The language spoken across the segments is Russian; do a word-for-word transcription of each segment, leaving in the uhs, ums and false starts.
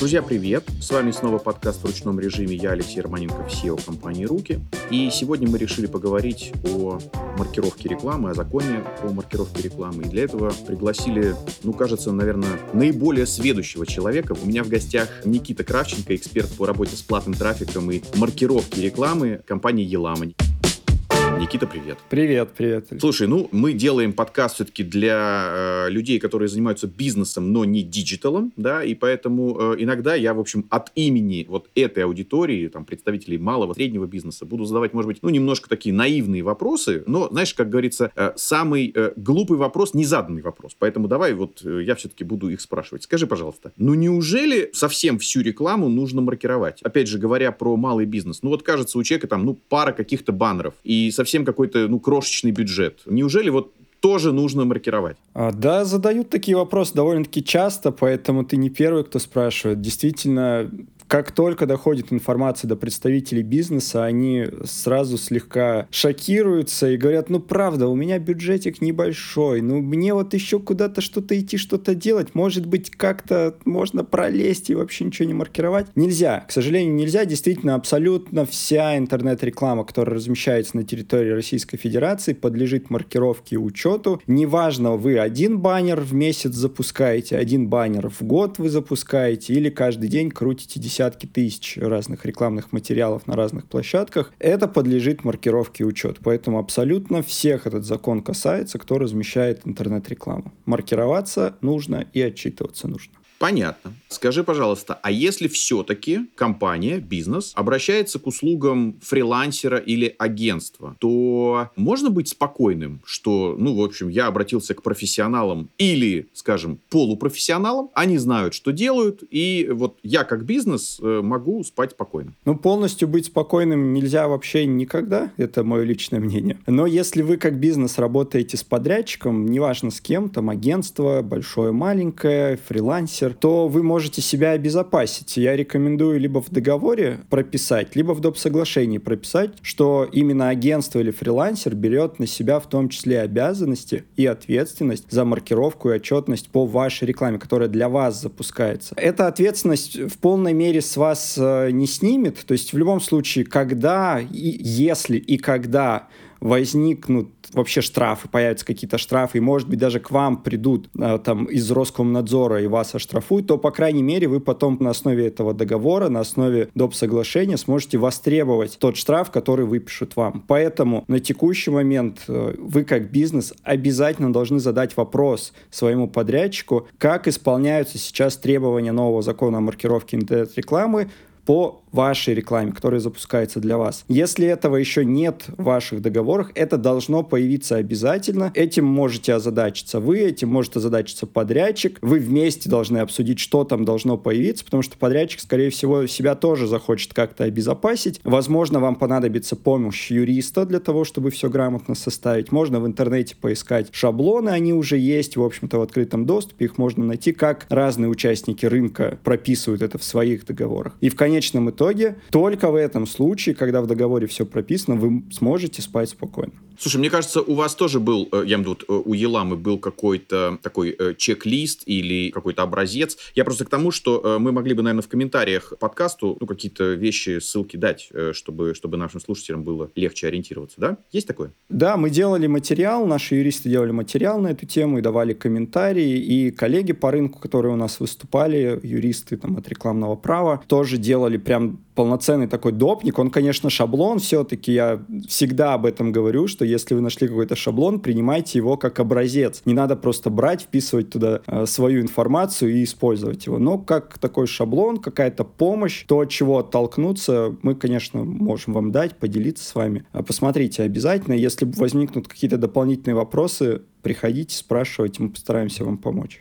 Друзья, привет! С вами снова подкаст в ручном режиме. Я Алексей Романенко, си и о компании «Руки». И сегодня мы решили поговорить о маркировке рекламы, о законе о маркировке рекламы. И для этого пригласили, ну, кажется, наверное, наиболее сведущего человека. У меня в гостях Никита Кравченко, эксперт по работе с платным трафиком и маркировке рекламы компании Еламань. Никита, привет. Привет, привет. Слушай, ну, мы делаем подкаст все-таки для э, людей, которые занимаются бизнесом, но не диджиталом, да, и поэтому э, иногда я, в общем, от имени вот этой аудитории, там, представителей малого, среднего бизнеса, буду задавать, может быть, ну, немножко такие наивные вопросы, но, знаешь, как говорится, э, самый э, глупый вопрос, незаданный вопрос. Поэтому давай вот э, я все-таки буду их спрашивать. Скажи, пожалуйста, ну, неужели совсем всю рекламу нужно маркировать? Опять же, говоря про малый бизнес, ну, вот кажется, у человека там, ну, пара каких-то баннеров, и совсем какой-то, ну, крошечный бюджет. Неужели вот тоже нужно маркировать? А, да, задают такие вопросы довольно-таки часто, поэтому ты не первый, кто спрашивает. Действительно, как только доходит информация до представителей бизнеса, они сразу слегка шокируются и говорят: ну, правда, у меня бюджетик небольшой, ну, мне вот еще куда-то что-то идти, что-то делать, может быть, как-то можно пролезть и вообще ничего не маркировать. Нельзя, к сожалению, нельзя. Действительно, абсолютно вся интернет-реклама, которая размещается на территории Российской Федерации, подлежит маркировке и учету. Неважно, вы один баннер в месяц запускаете, один баннер в год вы запускаете или каждый день крутите десятки тысяч разных рекламных материалов на разных площадках, это подлежит маркировке и учету. Поэтому абсолютно всех этот закон касается, кто размещает интернет-рекламу. Маркироваться нужно и отчитываться нужно. Понятно. Скажи, пожалуйста, а если все-таки компания, бизнес обращается к услугам фрилансера или агентства, то можно быть спокойным, что, ну, в общем, я обратился к профессионалам или, скажем, полупрофессионалам, они знают, что делают, и вот я как бизнес могу спать спокойно? Ну, полностью быть спокойным нельзя вообще никогда, это мое личное мнение. Но если вы как бизнес работаете с подрядчиком, неважно с кем, там агентство, большое, маленькое, фрилансер, то вы можете себя обезопасить. Я рекомендую либо в договоре прописать, либо в доп. Соглашении прописать, что именно агентство или фрилансер берет на себя в том числе обязанности и ответственность за маркировку и отчетность по вашей рекламе, которая для вас запускается. Эта ответственность в полной мере с вас э, не снимет. То есть в любом случае, когда, и, если и когда возникнут вообще штрафы, появятся какие-то штрафы, и, может быть, даже к вам придут а, там из Роскомнадзора и вас оштрафуют, то, по крайней мере, вы потом на основе этого договора, на основе доп. Соглашения сможете востребовать тот штраф, который выпишут вам. Поэтому на текущий момент вы, как бизнес, обязательно должны задать вопрос своему подрядчику, как исполняются сейчас требования нового закона о маркировке интернет-рекламы по вашей рекламе, которая запускается для вас. Если этого еще нет в ваших договорах, это должно появиться обязательно. Этим можете озадачиться вы, этим может озадачиться подрядчик. Вы вместе должны обсудить, что там должно появиться, потому что подрядчик, скорее всего, себя тоже захочет как-то обезопасить. Возможно, вам понадобится помощь юриста для того, чтобы все грамотно составить. Можно в интернете поискать шаблоны, они уже есть, в общем-то, в открытом доступе. Их можно найти, как разные участники рынка прописывают это в своих договорах. И в конечном итоге только в этом случае, когда в договоре все прописано, вы сможете спать спокойно. Слушай, мне кажется, у вас тоже был, я имею в виду, у Еламы был какой-то такой чек-лист или какой-то образец. Я просто к тому, что мы могли бы, наверное, в комментариях к подкасту ну, какие-то вещи, ссылки дать, чтобы, чтобы нашим слушателям было легче ориентироваться, да? Есть такое? Да, мы делали материал, наши юристы делали материал на эту тему и давали комментарии, и коллеги по рынку, которые у нас выступали, юристы там, от рекламного права, тоже делали прям полноценный такой допник. Он, конечно, шаблон все-таки. Я всегда об этом говорю, что если вы нашли какой-то шаблон, принимайте его как образец. Не надо просто брать, вписывать туда э, свою информацию и использовать его. Но как такой шаблон, какая-то помощь, то, от чего оттолкнуться, мы, конечно, можем вам дать, поделиться с вами. Посмотрите обязательно. Если возникнут какие-то дополнительные вопросы, приходите, спрашивайте, мы постараемся вам помочь.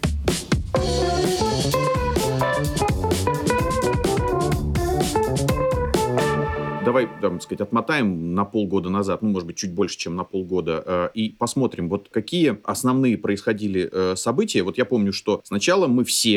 Давай, так сказать, отмотаем на полгода назад, ну, может быть, чуть больше, чем на полгода, э, и посмотрим, вот какие основные происходили э, события. Вот я помню, что сначала мы все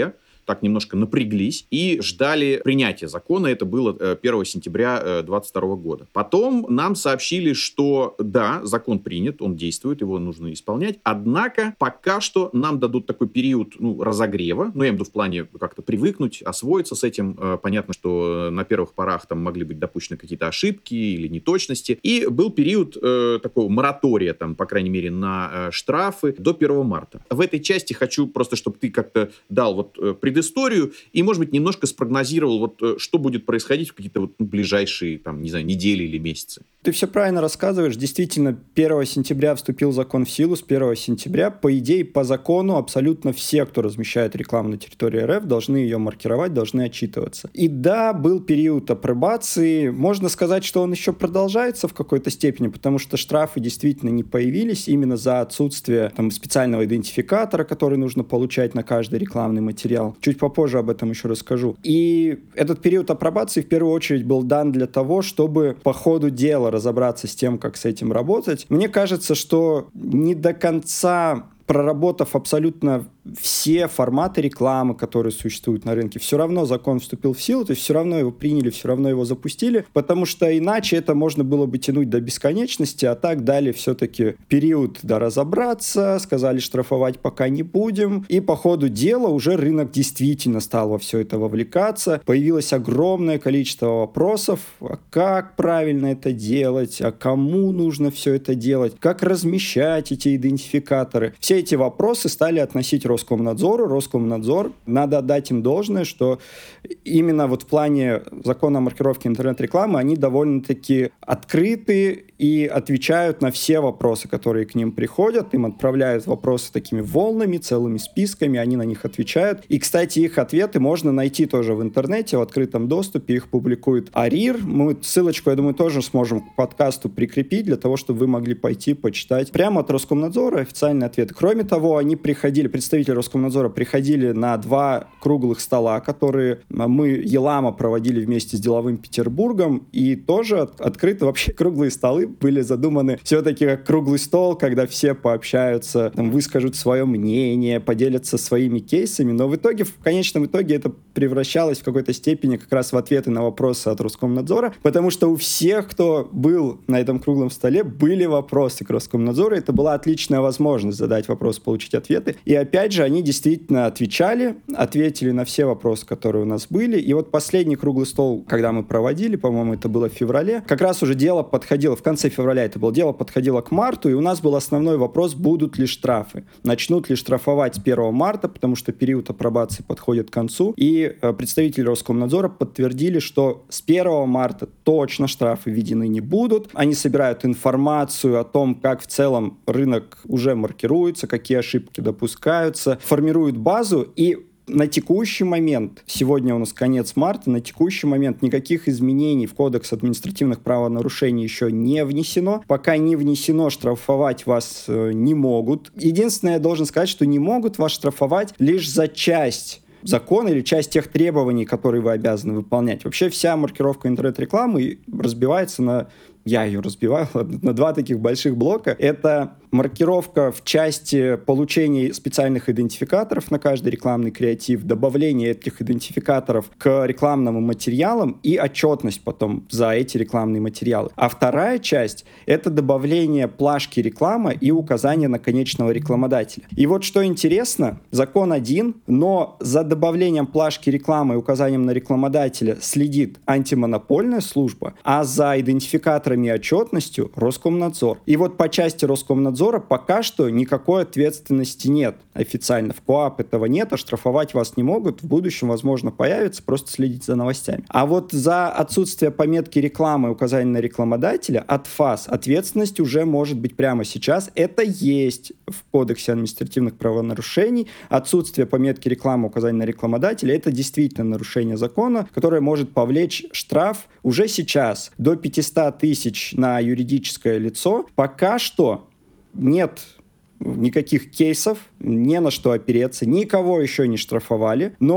так немножко напряглись и ждали принятия закона. Это было первого сентября две тысячи двадцать второго года. Потом нам сообщили, что да, закон принят, он действует, его нужно исполнять. Однако пока что нам дадут такой период ну, разогрева, ну, я имею в виду в плане как-то привыкнуть, освоиться с этим. Понятно, что на первых порах там могли быть допущены какие-то ошибки или неточности. И был период э, такого моратория, там, по крайней мере, на э, штрафы до первого марта. В этой части хочу просто, чтобы ты как-то дал вот э, предысторию и, может быть, немножко спрогнозировал, вот, э, что будет происходить в какие-то вот, ну, ближайшие, там, не знаю, недели или месяцы. Ты все правильно рассказываешь. Действительно, первого сентября вступил закон в силу. С первого сентября, по идее, по закону, абсолютно все, кто размещает рекламу на территории РФ, должны ее маркировать, должны отчитываться. И да, был период апробации. Можно сказать, что он еще продолжается в какой-то степени, потому что штрафы действительно не появились именно за отсутствие там, специального идентификатора, который нужно получать на каждый рекламный материал. Чуть попозже об этом еще расскажу. И этот период апробации в первую очередь был дан для того, чтобы по ходу дела разобраться с тем, как с этим работать. Мне кажется, что не до конца проработав абсолютно все форматы рекламы, которые существуют на рынке, все равно закон вступил в силу, то есть все равно его приняли, все равно его запустили, потому что иначе это можно было бы тянуть до бесконечности, а так дали все-таки период да, разобраться, сказали, штрафовать пока не будем, и по ходу дела уже рынок действительно стал во все это вовлекаться, появилось огромное количество вопросов, а как правильно это делать, а кому нужно все это делать, как размещать эти идентификаторы. Все эти вопросы стали относить Роскомнадзору. Роскомнадзор, надо отдать им должное, что именно вот в плане закона о маркировке интернет-рекламы они довольно-таки открыты и отвечают на все вопросы, которые к ним приходят. Им отправляют вопросы такими волнами, целыми списками, они на них отвечают. И, кстати, их ответы можно найти тоже в интернете, в открытом доступе. Их публикует АРИР. Мы ссылочку, я думаю, тоже сможем к подкасту прикрепить для того, чтобы вы могли пойти почитать прямо от Роскомнадзора официальные ответы. Кроме того, они приходили, представители Роскомнадзора приходили на два круглых стола, которые мы, Елама, проводили вместе с Деловым Петербургом, и тоже от, открыто вообще круглые столы были задуманы все-таки как круглый стол, когда все пообщаются, там, выскажут свое мнение, поделятся своими кейсами, но в итоге, в конечном итоге это превращалось в какой-то степени как раз в ответы на вопросы от Роскомнадзора, потому что у всех, кто был на этом круглом столе, были вопросы к Роскомнадзору, это была отличная возможность задать вопрос, получить ответы. И опять же, они действительно отвечали, ответили на все вопросы, которые у нас были. И вот последний круглый стол, когда мы проводили, по-моему, это было в феврале, как раз уже дело подходило, в конце февраля это было, дело подходило к марту, и у нас был основной вопрос, будут ли штрафы. Начнут ли штрафовать с первого марта, потому что период апробации подходит к концу. И э, представители Роскомнадзора подтвердили, что с первого марта точно штрафы введены не будут. Они собирают информацию о том, как в целом рынок уже маркируется, какие ошибки допускаются, формируют базу, и на текущий момент, сегодня у нас конец марта, на текущий момент никаких изменений в Кодекс административных правонарушений еще не внесено. Пока не внесено, штрафовать вас э, не могут. Единственное, я должен сказать, что не могут вас штрафовать лишь за часть закона или часть тех требований, которые вы обязаны выполнять. Вообще вся маркировка интернет-рекламы разбивается на... Я ее разбиваю на два таких больших блока. Это маркировка в части получения специальных идентификаторов на каждый рекламный креатив, добавление этих идентификаторов к рекламным материалам и отчетность потом за эти рекламные материалы. А вторая часть — это добавление плашки реклама и указание на конечного рекламодателя. И вот что интересно, закон один, но за добавлением плашки рекламы и указанием на рекламодателя следит антимонопольная служба, а за идентификаторами и отчетностью Роскомнадзор. И вот по части Роскомнадзора пока что никакой ответственности нет. Официально в КоАП этого нет, оштрафовать вас не могут. В будущем, возможно, появится, просто следить за новостями. А вот за отсутствие пометки рекламы и указания на рекламодателя от ФАС ответственность уже может быть прямо сейчас. Это есть в Кодексе административных правонарушений. Отсутствие пометки рекламы и указания на рекламодателя — это действительно нарушение закона, которое может повлечь штраф уже сейчас до пятьсот тысяч на юридическое лицо. Пока что нет никаких кейсов, не на что опереться, никого еще не штрафовали, но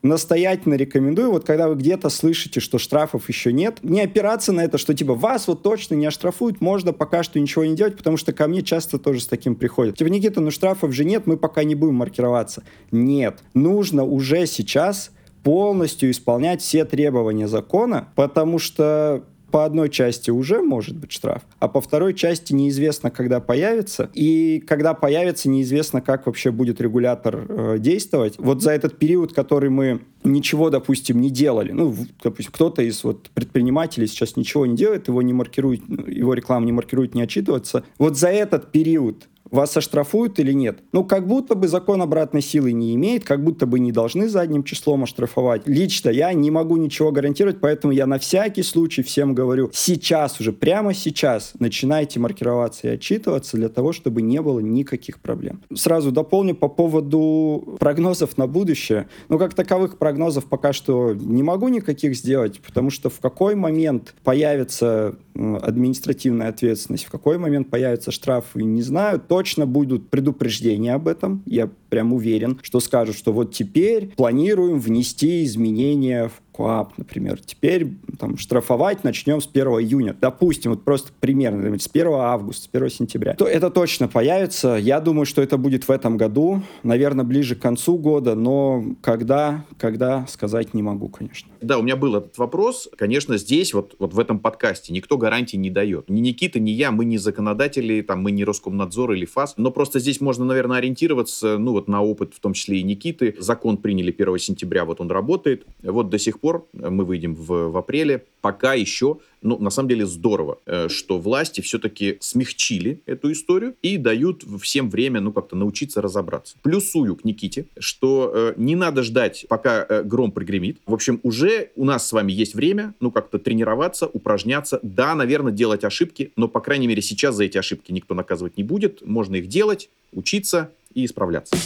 настоятельно рекомендую, вот когда вы где-то слышите, что штрафов еще нет, не опираться на это, что типа вас вот точно не оштрафуют, можно пока что ничего не делать, потому что ко мне часто тоже с таким приходят. Типа, Никита, ну штрафов же нет, мы пока не будем маркироваться. Нет, нужно уже сейчас полностью исполнять все требования закона, потому что по одной части уже может быть штраф, а по второй части неизвестно, когда появится. И когда появится, неизвестно, как вообще будет регулятор э, действовать. Вот за этот период, который мы ничего, допустим, не делали, ну, допустим, кто-то из вот предпринимателей сейчас ничего не делает, его не маркирует, его реклама не маркирует, не отчитывается. Вот за этот период вас оштрафуют или нет? Ну, как будто бы закон обратной силы не имеет, как будто бы не должны задним числом оштрафовать. Лично я не могу ничего гарантировать, поэтому я на всякий случай всем говорю, сейчас уже, прямо сейчас начинайте маркироваться и отчитываться для того, чтобы не было никаких проблем. Сразу дополню по поводу прогнозов на будущее. Ну, как таковых прогнозов пока что не могу никаких сделать, потому что в какой момент появится административная ответственность, в какой момент появятся штрафы, не знаю. Точно будут предупреждения об этом. Я прям уверен, что скажут, что вот теперь планируем внести изменения в КоАП, например. Теперь там, штрафовать начнем с первого июня. Допустим, вот просто примерно с первого августа, с первого сентября. То это точно появится. Я думаю, что это будет в этом году. Наверное, ближе к концу года. Но когда, когда сказать не могу, конечно. Да, у меня был этот вопрос. Конечно, здесь, вот, вот в этом подкасте, никто гарантий не дает. Ни Никита, ни я, мы не законодатели, там, мы не Роскомнадзор или ФАС. Но просто здесь можно, наверное, ориентироваться, ну, вот на опыт, в том числе и Никиты. Закон приняли первого сентября, вот он работает. Вот до сих пор, мы выйдем в, в апреле, пока еще, ну, на самом деле здорово, что власти все-таки смягчили эту историю и дают всем время, ну, как-то научиться разобраться. Плюсую к Никите, что э, не надо ждать, пока э, гром прогремит. В общем, уже у нас с вами есть время, ну, как-то тренироваться, упражняться. Да, наверное, делать ошибки, но, по крайней мере, сейчас за эти ошибки никто наказывать не будет. Можно их делать, учиться и исправляться.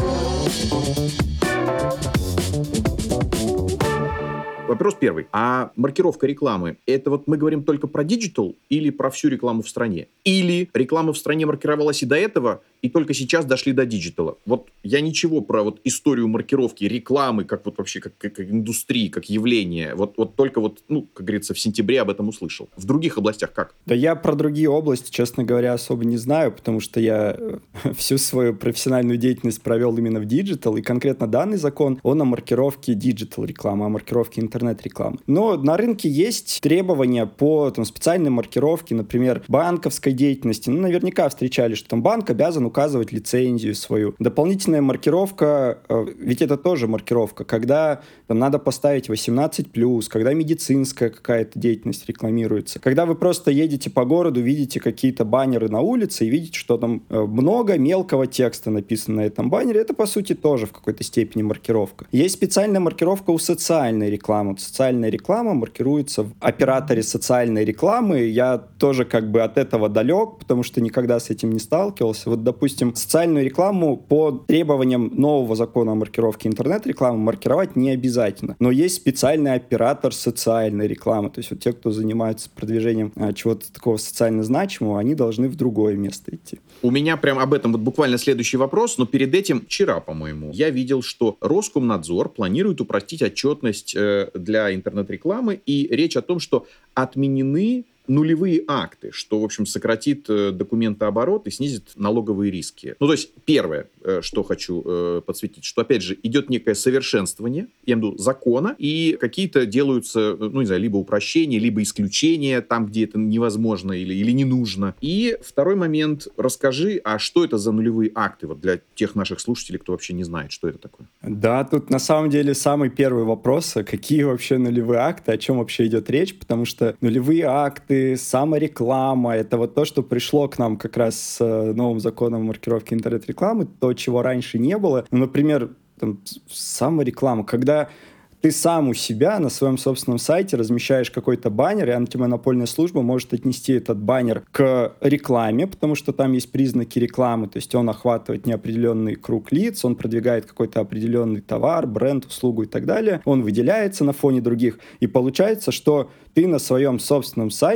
Вопрос первый. А маркировка рекламы, это вот мы говорим только про диджитал или про всю рекламу в стране? Или реклама в стране маркировалась и до этого, и только сейчас дошли до диджитала? Вот я ничего про вот историю маркировки рекламы, как вот вообще, как, как, как индустрии, как явление, вот, вот только вот, ну, как говорится, в сентябре об этом услышал. В других областях как? Да я про другие области, честно говоря, особо не знаю, потому что я всю свою профессиональную деятельность провел именно в диджитал, и конкретно данный закон, он о маркировке диджитал рекламы, о маркировке интернет-рекламы. Но на рынке есть требования по там, специальной маркировке, например, банковской деятельности. Ну, наверняка встречали, что там банк обязан указывать лицензию свою. Дополнительная маркировка, ведь это тоже маркировка, когда там, надо поставить восемнадцать плюс, когда медицинская какая-то деятельность рекламируется, когда вы просто едете по городу, видите какие-то баннеры на улице и видите, что там много мелкого текста написано на этом баннере, это, по сути, тоже в какой-то степени маркировка. Есть специальная маркировка у социальной рекламы. Социальная реклама маркируется в операторе социальной рекламы. Я тоже как бы от этого далек, потому что никогда с этим не сталкивался. Вот, допустим, социальную рекламу по требованиям нового закона о маркировке интернет-рекламы маркировать не обязательно. Но есть специальный оператор социальной рекламы. То есть вот те, кто занимается продвижением а, чего-то такого социально значимого, они должны в другое место идти. У меня прям об этом вот буквально следующий вопрос, но перед этим вчера, по-моему, я видел, что Роскомнадзор планирует упростить отчетность э, для интернет-рекламы, и речь о том, что отменены нулевые акты, что, в общем, сократит э, документооборот и снизит налоговые риски. Ну, то есть, первое, э, что хочу э, подсветить, что, опять же, идет некое совершенствование, я имею в виду, закона, и какие-то делаются, ну, не знаю, либо упрощения, либо исключения там, где это невозможно или, или не нужно. И второй момент, расскажи, а что это за нулевые акты вот для тех наших слушателей, кто вообще не знает, что это такое? Да, тут на самом деле самый первый вопрос, а какие вообще нулевые акты, о чем вообще идет речь, потому что нулевые акты, самореклама, это вот то, что пришло к нам как раз с новым законом о маркировке интернет-рекламы, то, чего раньше не было. Ну, например, там, самореклама, когда ты сам у себя на своем собственном сайте размещаешь какой-то баннер, и антимонопольная служба может отнести этот баннер к рекламе, потому что там есть признаки рекламы, то есть он охватывает неопределенный круг лиц, он продвигает какой-то определенный товар, бренд, услугу и так далее, он выделяется на фоне других, и получается, что ты на своем собственном сайте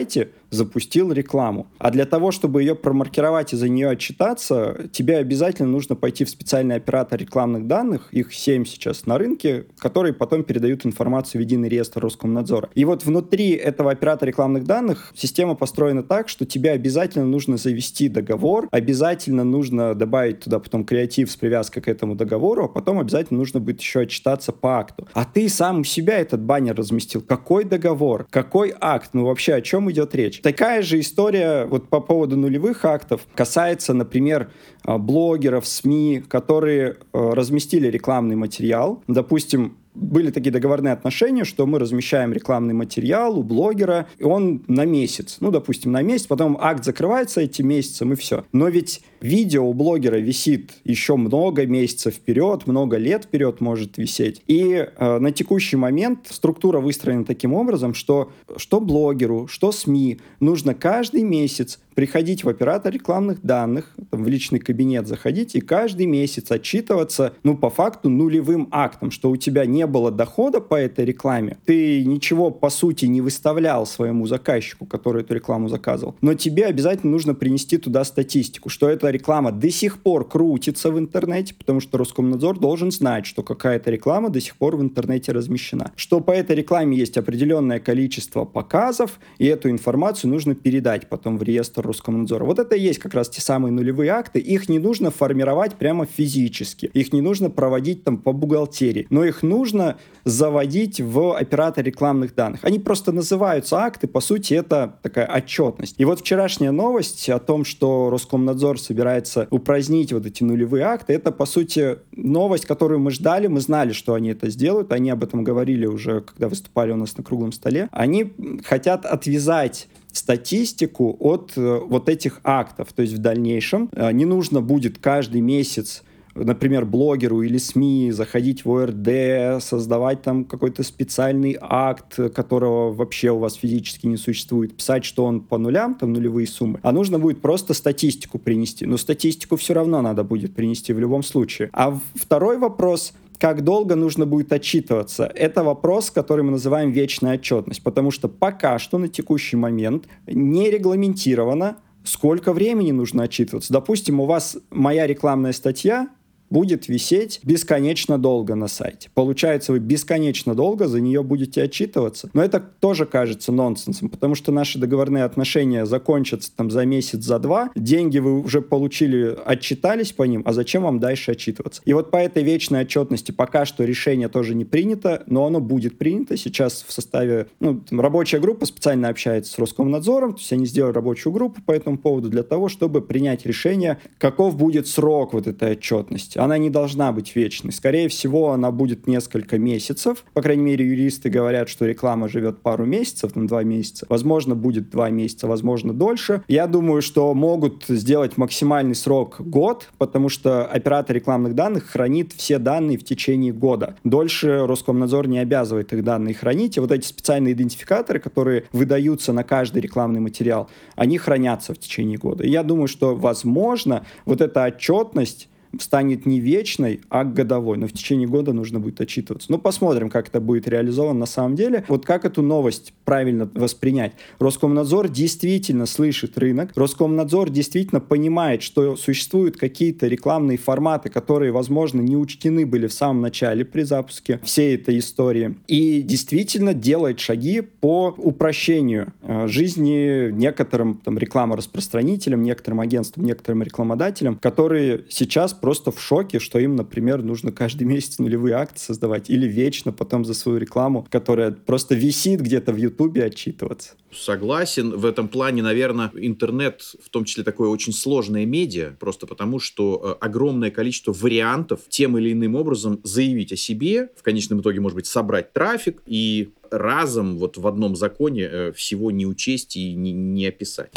запустил рекламу. А для того, чтобы ее промаркировать и за нее отчитаться, тебе обязательно нужно пойти в специальный оператор рекламных данных, их семь сейчас на рынке, которые потом передают информацию в единый реестр Роскомнадзора. И вот внутри этого оператора рекламных данных система построена так, что тебе обязательно нужно завести договор, обязательно нужно добавить туда потом креатив с привязкой к этому договору, а потом обязательно нужно будет еще отчитаться по акту. А ты сам у себя этот баннер разместил. Какой договор? Какой акт? Ну вообще о чем идет речь? Такая же история вот по поводу нулевых актов касается, например, блогеров, СМИ, которые разместили рекламный материал. Допустим, были такие договорные отношения, что мы размещаем рекламный материал у блогера, и он на месяц. Ну, допустим, на месяц, потом акт закрывается этим месяцем, и все. Но ведь видео у блогера висит еще много месяцев вперед, много лет вперед может висеть. И э, на текущий момент структура выстроена таким образом, что что блогеру, что СМИ нужно каждый месяц приходить в оператор рекламных данных, там, в личный кабинет заходить и каждый месяц отчитываться, ну, по факту, нулевым актом, что у тебя не было дохода по этой рекламе, ты ничего, по сути, не выставлял своему заказчику, который эту рекламу заказывал, но тебе обязательно нужно принести туда статистику, что эта реклама до сих пор крутится в интернете, потому что Роскомнадзор должен знать, что какая-то реклама до сих пор в интернете размещена, что по этой рекламе есть определенное количество показов, и эту информацию нужно передать потом в реестр Роскомнадзора. Вот это и есть как раз те самые нулевые акты. Их не нужно формировать прямо физически. Их не нужно проводить там по бухгалтерии. Но их нужно заводить в оператор рекламных данных. Они просто называются акты. По сути, это такая отчетность. И вот вчерашняя новость о том, что Роскомнадзор собирается упразднить вот эти нулевые акты, это, по сути, новость, которую мы ждали. Мы знали, что они это сделают. Они об этом говорили уже, когда выступали у нас на круглом столе. Они хотят отвязать статистику от э, вот этих актов. То есть в дальнейшем э, не нужно будет каждый месяц, например, блогеру или СМИ заходить в ОРД, создавать там какой-то специальный акт, которого вообще у вас физически не существует, писать, что он по нулям, там нулевые суммы, а нужно будет просто статистику принести. Но статистику все равно надо будет принести в любом случае. А второй вопрос — как долго нужно будет отчитываться? Это вопрос, который мы называем вечная отчетность, потому что пока что на текущий момент не регламентировано, сколько времени нужно отчитываться. Допустим, у вас моя рекламная статья будет висеть бесконечно долго на сайте. Получается, вы бесконечно долго за нее будете отчитываться. Но это тоже кажется нонсенсом, потому что наши договорные отношения закончатся там за месяц, за два. Деньги вы уже получили, отчитались по ним, а зачем вам дальше отчитываться? И вот по этой вечной отчетности пока что решение тоже не принято, но оно будет принято. Сейчас в составе, ну, там, рабочая группа специально общается с Роскомнадзором, то есть они сделали рабочую группу по этому поводу для того, чтобы принять решение, каков будет срок вот этой отчетности. Она не должна быть вечной. Скорее всего, она будет несколько месяцев. По крайней мере, юристы говорят, что реклама живет пару месяцев, там два месяца. Возможно, будет два месяца, возможно, дольше. Я думаю, что могут сделать максимальный срок год, потому что оператор рекламных данных хранит все данные в течение года. Дольше Роскомнадзор не обязывает их данные хранить. И вот эти специальные идентификаторы, которые выдаются на каждый рекламный материал, они хранятся в течение года. И я думаю, что, возможно, вот эта отчетность станет не вечной, а годовой. Но в течение года нужно будет отчитываться. Ну, посмотрим, как это будет реализовано на самом деле. Вот как эту новость правильно воспринять? Роскомнадзор действительно слышит рынок. Роскомнадзор действительно понимает, что существуют какие-то рекламные форматы, которые, возможно, не учтены были в самом начале при запуске всей этой истории. И действительно делает шаги по упрощению э, жизни некоторым там, рекламораспространителям, некоторым агентствам, некоторым рекламодателям, которые сейчас просто в шоке, что им, например, нужно каждый месяц нулевые акты создавать или вечно потом за свою рекламу, которая просто висит где-то в Ютубе, отчитываться. Согласен. В этом плане, наверное, интернет, в том числе такое очень сложное медиа, просто потому, что огромное количество вариантов тем или иным образом заявить о себе, в конечном итоге, может быть, собрать трафик и разом вот в одном законе всего не учесть и не, не описать.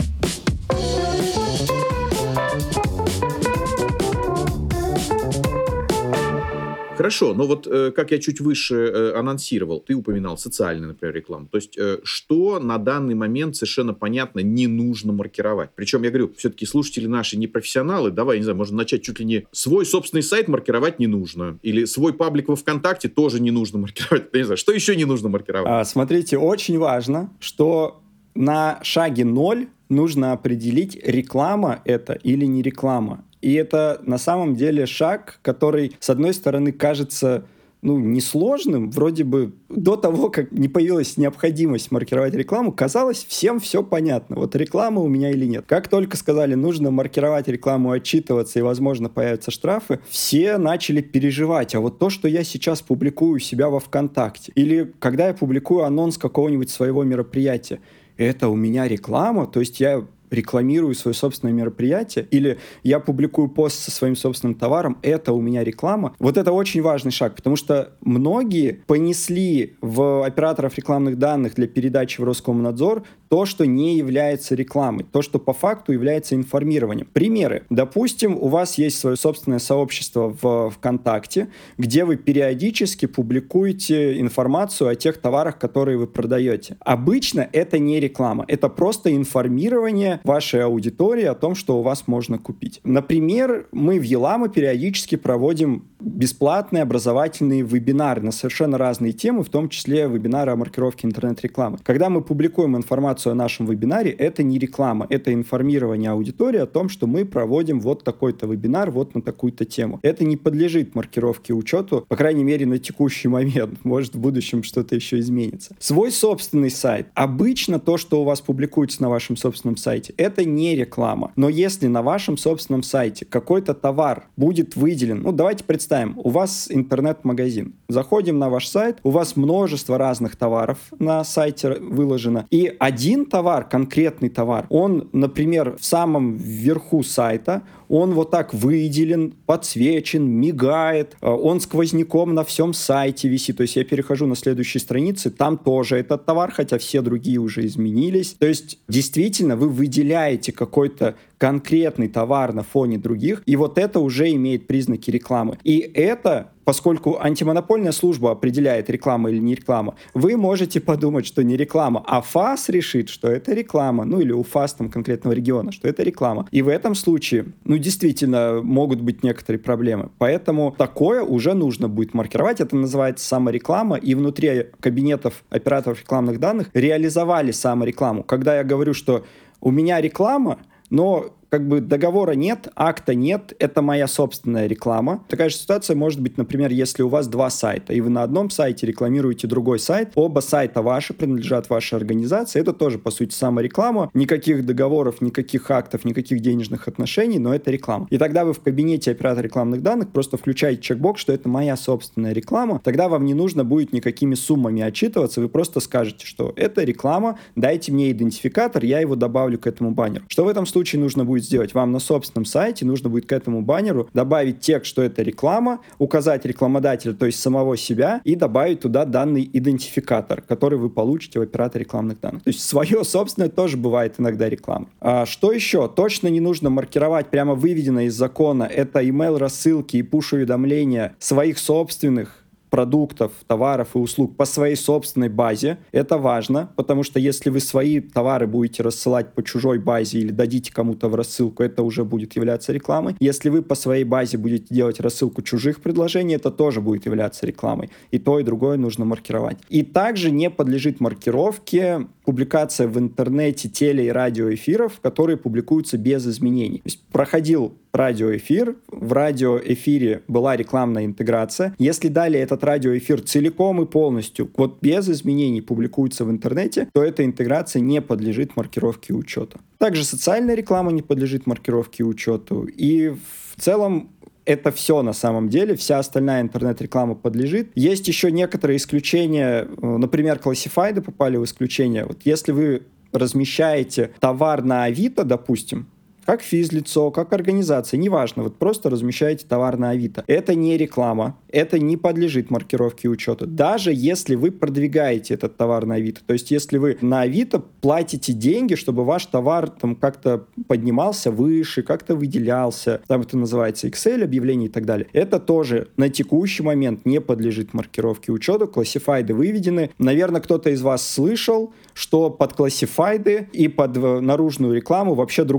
Хорошо, но вот э, как я чуть выше э, анонсировал, ты упоминал социальную, например, рекламу. То есть, э, что на данный момент совершенно понятно не нужно маркировать. Причем, я говорю, все-таки слушатели наши не профессионалы. Давай, не знаю, можно начать чуть ли не свой собственный сайт маркировать не нужно. Или свой паблик во ВКонтакте тоже не нужно маркировать. Я не знаю, что еще не нужно маркировать? А, смотрите, очень важно, что на шаге ноль нужно определить, реклама это или не реклама. И это на самом деле шаг, который, с одной стороны, кажется ну, несложным. Вроде бы до того, как не появилась необходимость маркировать рекламу, казалось, всем все понятно. Вот реклама у меня или нет. Как только сказали, нужно маркировать рекламу, отчитываться и, возможно, появятся штрафы, все начали переживать. А вот то, что я сейчас публикую у себя во ВКонтакте, или когда я публикую анонс какого-нибудь своего мероприятия, это у меня реклама? То есть я рекламирую свое собственное мероприятие, или я публикую пост со своим собственным товаром, это у меня реклама. Вот это очень важный шаг, потому что многие понесли в операторов рекламных данных для передачи в Роскомнадзор то, что не является рекламой, то, что по факту является информированием. Примеры. Допустим, у вас есть свое собственное сообщество в ВКонтакте, где вы периодически публикуете информацию о тех товарах, которые вы продаете. Обычно это не реклама, это просто информирование вашей аудитории о том, что у вас можно купить. Например, мы в Елама периодически проводим бесплатные образовательные вебинары на совершенно разные темы, в том числе вебинары о маркировке интернет-рекламы. Когда мы публикуем информацию о нашем вебинаре, это не реклама, это информирование аудитории о том, что мы проводим вот такой-то вебинар, вот на такую-то тему. Это не подлежит маркировке и учету, по крайней мере, на текущий момент. Может, в будущем что-то еще изменится. Свой собственный сайт. Обычно то, что у вас публикуется на вашем собственном сайте, это не реклама. Но если на вашем собственном сайте какой-то товар будет выделен, ну, давайте представим, у вас интернет-магазин. Заходим на ваш сайт, у вас множество разных товаров на сайте выложено, и один товар, конкретный товар, он, например, в самом верху сайта, он вот так выделен, подсвечен, мигает, он сквозняком на всем сайте висит. То есть я перехожу на следующей странице, там тоже этот товар, хотя все другие уже изменились. То есть действительно вы выделяете какой-то конкретный товар на фоне других, и вот это уже имеет признаки рекламы. И это, поскольку антимонопольная служба определяет, реклама или не реклама, вы можете подумать, что не реклама, а ФАС решит, что это реклама, ну или УФАС там конкретного региона, что это реклама. И в этом случае, ну действительно, могут быть некоторые проблемы. Поэтому такое уже нужно будет маркировать. Это называется самореклама, и внутри кабинетов операторов рекламных данных реализовали саморекламу. Когда я говорю, что у меня реклама, но как бы договора нет, акта нет, это моя собственная реклама. Такая же ситуация может быть, например, если у вас два сайта, и вы на одном сайте рекламируете другой сайт, оба сайта ваши, принадлежат вашей организации, это тоже, по сути, самореклама, никаких договоров, никаких актов, никаких денежных отношений, но это реклама. И тогда вы в кабинете оператора рекламных данных просто включаете чекбокс, что это моя собственная реклама, тогда вам не нужно будет никакими суммами отчитываться, вы просто скажете, что это реклама, дайте мне идентификатор, я его добавлю к этому баннеру. Что в этом случае нужно будет сделать? Вам на собственном сайте нужно будет к этому баннеру добавить текст, что это реклама, указать рекламодателя, то есть самого себя, и добавить туда данный идентификатор, который вы получите в операторе рекламных данных. То есть свое собственное тоже бывает иногда реклама. А что еще? Точно не нужно маркировать прямо выведено из закона. Это email-рассылки и пуш-уведомления своих собственных продуктов, товаров и услуг по своей собственной базе. Это важно, потому что если вы свои товары будете рассылать по чужой базе или дадите кому-то в рассылку, это уже будет являться рекламой. Если вы по своей базе будете делать рассылку чужих предложений, это тоже будет являться рекламой. И то, и другое нужно маркировать. И также не подлежит маркировке публикация в интернете теле- и радиоэфиров, которые публикуются без изменений. То есть проходил радиоэфир, в радиоэфире была рекламная интеграция. Если далее этот радиоэфир целиком и полностью, вот без изменений публикуется в интернете, то эта интеграция не подлежит маркировке и учету. Также социальная реклама не подлежит маркировке и учету. И в целом это все на самом деле, вся остальная интернет-реклама подлежит. Есть еще некоторые исключения, например, классифайды попали в исключение. Вот если вы размещаете товар на Авито, допустим, как физлицо, как организация, неважно, вот просто размещаете товар на Авито. Это не реклама, это не подлежит маркировке и учету. Даже если вы продвигаете этот товар на Авито, то есть если вы на Авито платите деньги, чтобы ваш товар там как-то поднимался выше, как-то выделялся, там это называется Excel, объявление и так далее, это тоже на текущий момент не подлежит маркировке и учету, классифайды выведены. Наверное, кто-то из вас слышал, что под классифайды и под наружную рекламу вообще другой закон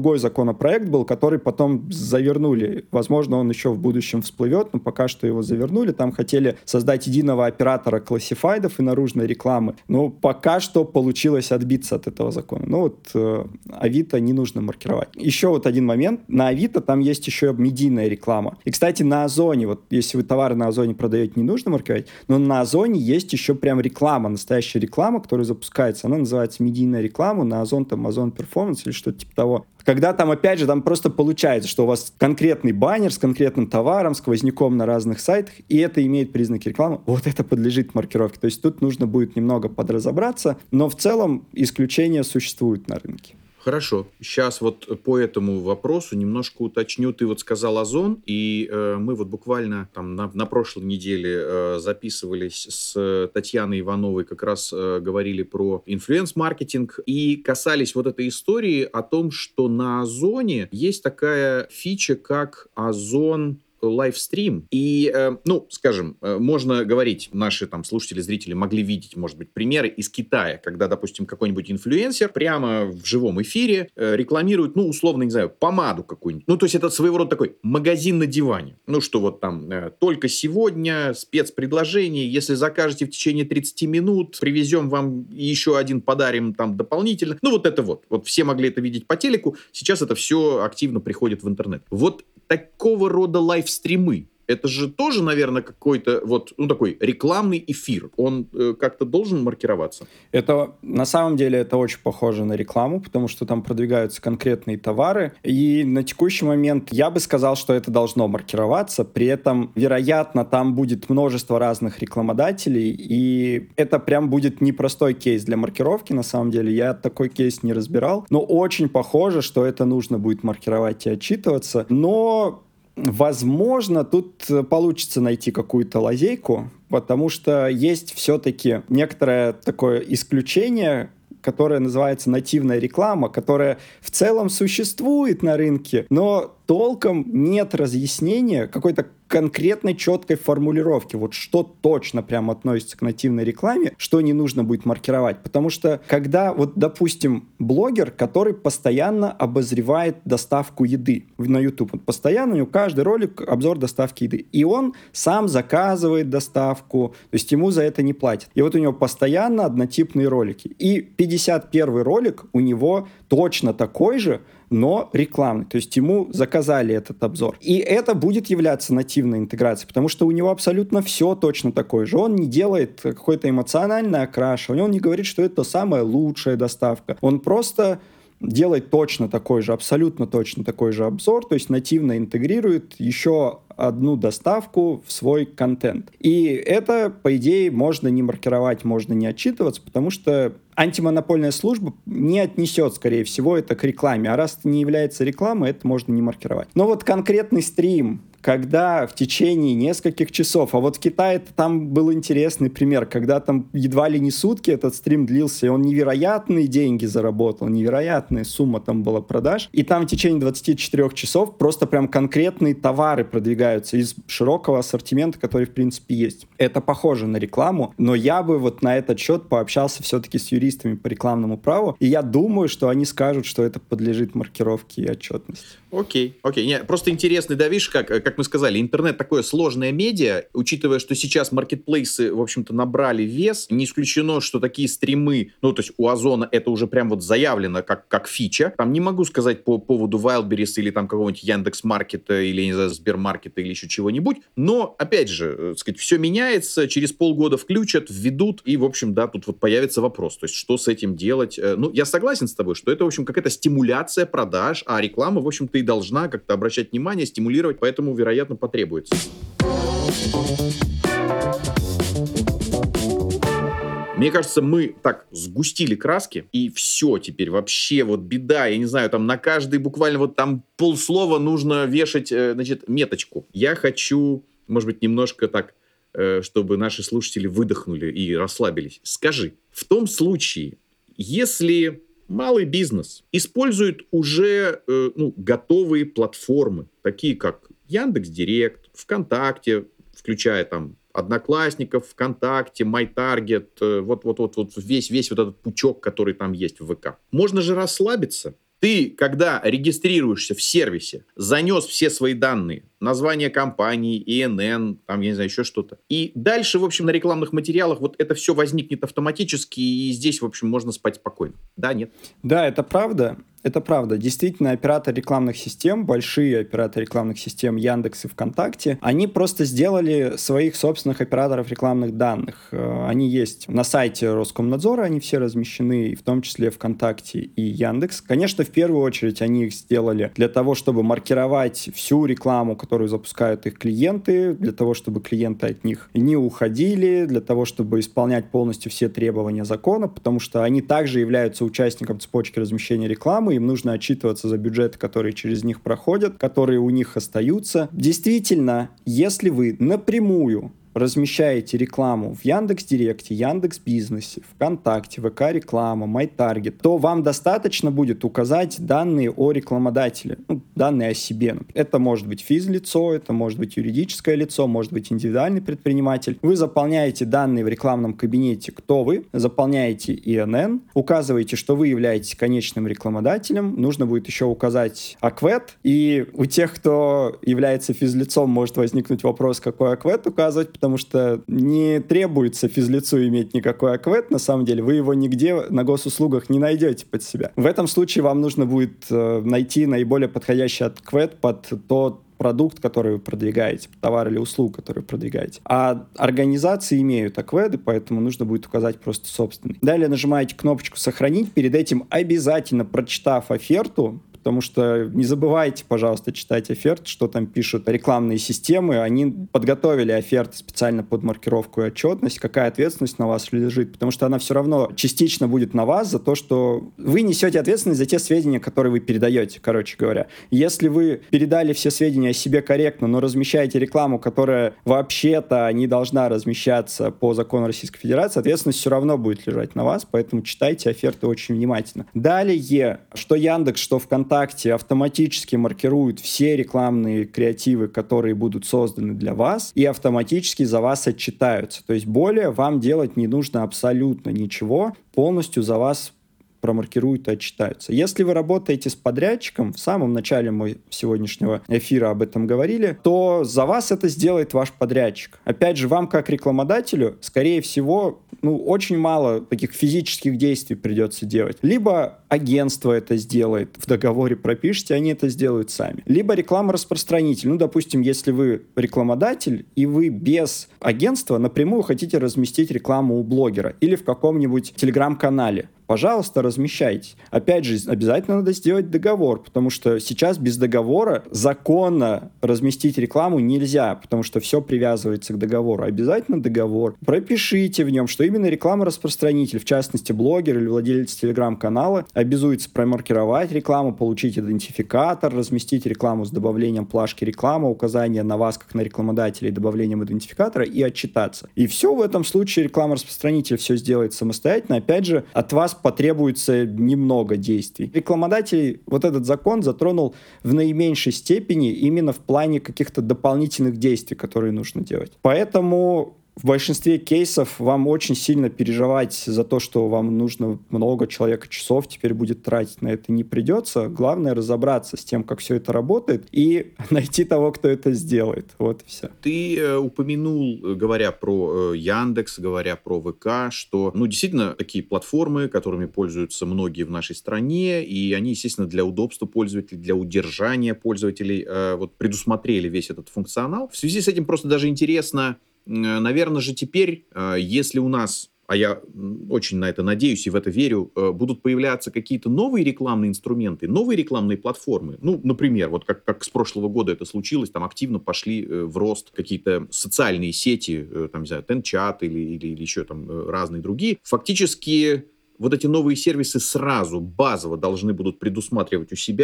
законопроект был, который потом завернули. Возможно, он еще в будущем всплывет, но пока что его завернули. Там хотели создать единого оператора классифайдов и наружной рекламы. Но пока что получилось отбиться от этого закона. Ну вот э, Авито не нужно маркировать. Еще вот один момент. На Авито там есть еще медийная реклама. И, кстати, на Озоне, вот если вы товары на Озоне продаете, не нужно маркировать, но на Озоне есть еще прям реклама, настоящая реклама, которая запускается. Она называется медийная реклама. На Озон там Озон Performance или что-то типа того. Когда там, опять же, там просто получается, что у вас конкретный баннер с конкретным товаром, сквозняком на разных сайтах, и это имеет признаки рекламы, вот это подлежит маркировке. То есть тут нужно будет немного подразобраться, но в целом исключения существуют на рынке. Хорошо. Сейчас вот по этому вопросу немножко уточню. Ты вот сказал Озон, и э, мы вот буквально там на, на прошлой неделе э, записывались с Татьяной Ивановой, как раз э, говорили про инфлюенс-маркетинг и касались вот этой истории о том, что на Озоне есть такая фича, как Озон лайвстрим. И, э, ну, скажем, э, можно говорить, наши там слушатели, зрители могли видеть, может быть, примеры из Китая, когда, допустим, какой-нибудь инфлюенсер прямо в живом эфире э, рекламирует, ну, условно, не знаю, помаду какую-нибудь. Ну, то есть это своего рода такой магазин на диване. Ну, что вот там э, только сегодня спецпредложение, если закажете в течение тридцати минут, привезем вам еще один, подарим там дополнительно. Ну, вот это вот. Вот все могли это видеть по телеку. Сейчас это все активно приходит в интернет. Вот такого рода лайвстримы, это же тоже, наверное, какой-то вот, ну, такой рекламный эфир. Он э, как-то должен маркироваться? Это, на самом деле, это очень похоже на рекламу, потому что там продвигаются конкретные товары. И на текущий момент я бы сказал, что это должно маркироваться. При этом, вероятно, там будет множество разных рекламодателей, и это прям будет непростой кейс для маркировки, на самом деле. Я такой кейс не разбирал. Но очень похоже, что это нужно будет маркировать и отчитываться. Но возможно, тут получится найти какую-то лазейку, потому что есть все-таки некоторое такое исключение, которое называется нативная реклама, которая в целом существует на рынке, но толком нет разъяснения какой-то конкретной четкой формулировки, вот что точно прям относится к нативной рекламе, что не нужно будет маркировать. Потому что когда, вот, допустим, блогер, который постоянно обозревает доставку еды на YouTube, вот постоянно у него каждый ролик обзор доставки еды, и он сам заказывает доставку, то есть ему за это не платят. И вот у него постоянно однотипные ролики. И пятьдесят первый ролик у него точно такой же, но рекламный. То есть ему заказали этот обзор. И это будет являться нативной интеграцией, потому что у него абсолютно все точно такое же. Он не делает какое-то эмоциональное окрашивание, он не говорит, что это самая лучшая доставка. Он просто делает точно такой же, абсолютно точно такой же обзор, то есть нативно интегрирует еще одну доставку в свой контент. И это, по идее, можно не маркировать, можно не отчитываться, потому что антимонопольная служба не отнесет, скорее всего, это к рекламе. А раз это не является рекламой, это можно не маркировать. Но вот конкретный стрим, когда в течение нескольких часов, а вот в Китае там был интересный пример, когда там едва ли не сутки этот стрим длился, и он невероятные деньги заработал, невероятная сумма там была продаж, и там в течение двадцати четырёх часов просто прям конкретные товары продвигаются из широкого ассортимента, который в принципе есть. Это похоже на рекламу, но я бы вот на этот счет пообщался все-таки с юристами по рекламному праву, и я думаю, что они скажут, что это подлежит маркировке и отчетности. Окей, окей. Не, просто интересно, да, видишь, как, как мы сказали, интернет такое сложное медиа, учитывая, что сейчас маркетплейсы, в общем-то, набрали вес, не исключено, что такие стримы, ну, то есть у Озона это уже прям вот заявлено как, как фича. Там не могу сказать по поводу Wildberries или там какого-нибудь Яндекс.Маркета или, не знаю, Сбермаркета или еще чего-нибудь, но, опять же, так сказать, все меняется, через полгода включат, введут, и, в общем, да, тут вот появится вопрос, то есть что с этим делать? Ну, я согласен с тобой, что это, в общем, какая-то стимуляция продаж, а реклама, в общем-то, и должна как-то обращать внимание, стимулировать, поэтому, вероятно, потребуется. Мне кажется, мы так сгустили краски, и все теперь вообще вот беда, я не знаю, там на каждый буквально вот там полслова нужно вешать, значит, меточку. Я хочу, может быть, немножко так, чтобы наши слушатели выдохнули и расслабились. Скажи, в том случае, если малый бизнес использует уже э, ну, готовые платформы, такие как Яндекс.Директ, ВКонтакте, включая там Одноклассников, ВКонтакте, MyTarget, э, вот, вот, вот, вот весь, весь вот этот пучок, который там есть в ВК. Можно же расслабиться Ты, когда регистрируешься в сервисе, занес все свои данные, название компании, И Н Н, там, я не знаю, еще что-то. И дальше, в общем, на рекламных материалах вот это все возникнет автоматически, и здесь, в общем, можно спать спокойно. Да, нет? Да, это правда. Это правда. Действительно, операторы рекламных систем, большие операторы рекламных систем Яндекс и ВКонтакте, они просто сделали своих собственных операторов рекламных данных. Э, Они есть на сайте Роскомнадзора, они все размещены, в том числе ВКонтакте и Яндекс. Конечно, в первую очередь они их сделали для того, чтобы маркировать всю рекламу, которую запускают их клиенты, для того, чтобы клиенты от них не уходили, для того, чтобы исполнять полностью все требования закона, потому что они также являются участником цепочки размещения рекламы, им нужно отчитываться за бюджеты, которые через них проходят, которые у них остаются. Действительно, если вы напрямую размещаете рекламу в Яндекс.Директе, Яндекс.Бизнесе, ВКонтакте, ВК-реклама, MyTarget, то вам достаточно будет указать данные о рекламодателе, ну, данные о себе. Это может быть физлицо, это может быть юридическое лицо, может быть индивидуальный предприниматель. Вы заполняете данные в рекламном кабинете, кто вы, заполняете И Н Н, указываете, что вы являетесь конечным рекламодателем, нужно будет еще указать АКВЭД, и у тех, кто является физлицом, может возникнуть вопрос, какой АКВЭД указывать, потому что не требуется физлицу иметь никакой АКВЭД, на самом деле, вы его нигде на госуслугах не найдете под себя. В этом случае вам нужно будет э, найти наиболее подходящий АКВЭД под тот продукт, который вы продвигаете, товар или услугу, который вы продвигаете. А организации имеют АКВЭДы, поэтому нужно будет указать просто собственный. Далее нажимаете кнопочку «Сохранить», перед этим обязательно прочитав оферту, потому что не забывайте, пожалуйста, читать оферты, что там пишут рекламные системы. Они подготовили оферты специально под маркировку и отчетность, какая ответственность на вас лежит, потому что она все равно частично будет на вас за то, что вы несете ответственность за те сведения, которые вы передаете, короче говоря. Если вы передали все сведения о себе корректно, но размещаете рекламу, которая вообще-то не должна размещаться по закону Российской Федерации, ответственность все равно будет лежать на вас, поэтому читайте оферты очень внимательно. Далее, что Яндекс, что ВКонтакте автоматически маркируют все рекламные креативы, которые будут созданы для вас, и автоматически за вас отчитаются. То есть более вам делать не нужно абсолютно ничего, полностью за вас промаркируют и отчитаются. Если вы работаете с подрядчиком, в самом начале мы сегодняшнего эфира об этом говорили, то за вас это сделает ваш подрядчик. Опять же, вам как рекламодателю, скорее всего, ну, очень мало таких физических действий придется делать. Либо агентство это сделает, в договоре пропишите, они это сделают сами. Либо реклама-распространитель. Ну, допустим, если вы рекламодатель, и вы без агентства напрямую хотите разместить рекламу у блогера или в каком-нибудь телеграм-канале, пожалуйста, размещайте. Опять же, обязательно надо сделать договор, потому что сейчас без договора законно разместить рекламу нельзя, потому что все привязывается к договору. Обязательно договор. Пропишите в нем, что именно реклама-распространитель, в частности, блогер или владелец телеграм-канала, обязуется промаркировать рекламу, получить идентификатор, разместить рекламу с добавлением плашки реклама, указание на вас как на рекламодателя и добавлением идентификатора и отчитаться. И все в этом случае реклама-распространитель все сделает самостоятельно. Опять же, от вас потребуется немного действий. Рекламодателей вот этот закон затронул в наименьшей степени именно в плане каких-то дополнительных действий, которые нужно делать. Поэтому в большинстве кейсов вам очень сильно переживать за то, что вам нужно много человека часов теперь будет тратить на это, не придется. Главное разобраться с тем, как все это работает, и найти того, кто это сделает. Вот и все. Ты э, упомянул, говоря про э, Яндекс, говоря про ВК, что, ну, действительно, такие платформы, которыми пользуются многие в нашей стране, и они, естественно, для удобства пользователей, для удержания пользователей э, вот предусмотрели весь этот функционал. В связи с этим просто даже интересно, наверное же теперь, если у нас, а я очень на это надеюсь и в это верю, будут появляться какие-то новые рекламные инструменты, новые рекламные платформы. Ну, например, вот как, как с прошлого года это случилось, там активно пошли в рост какие-то социальные сети, там, не знаю, Тенчат или, или, или еще там разные другие. Фактически вот эти новые сервисы сразу базово должны будут предусматривать у себя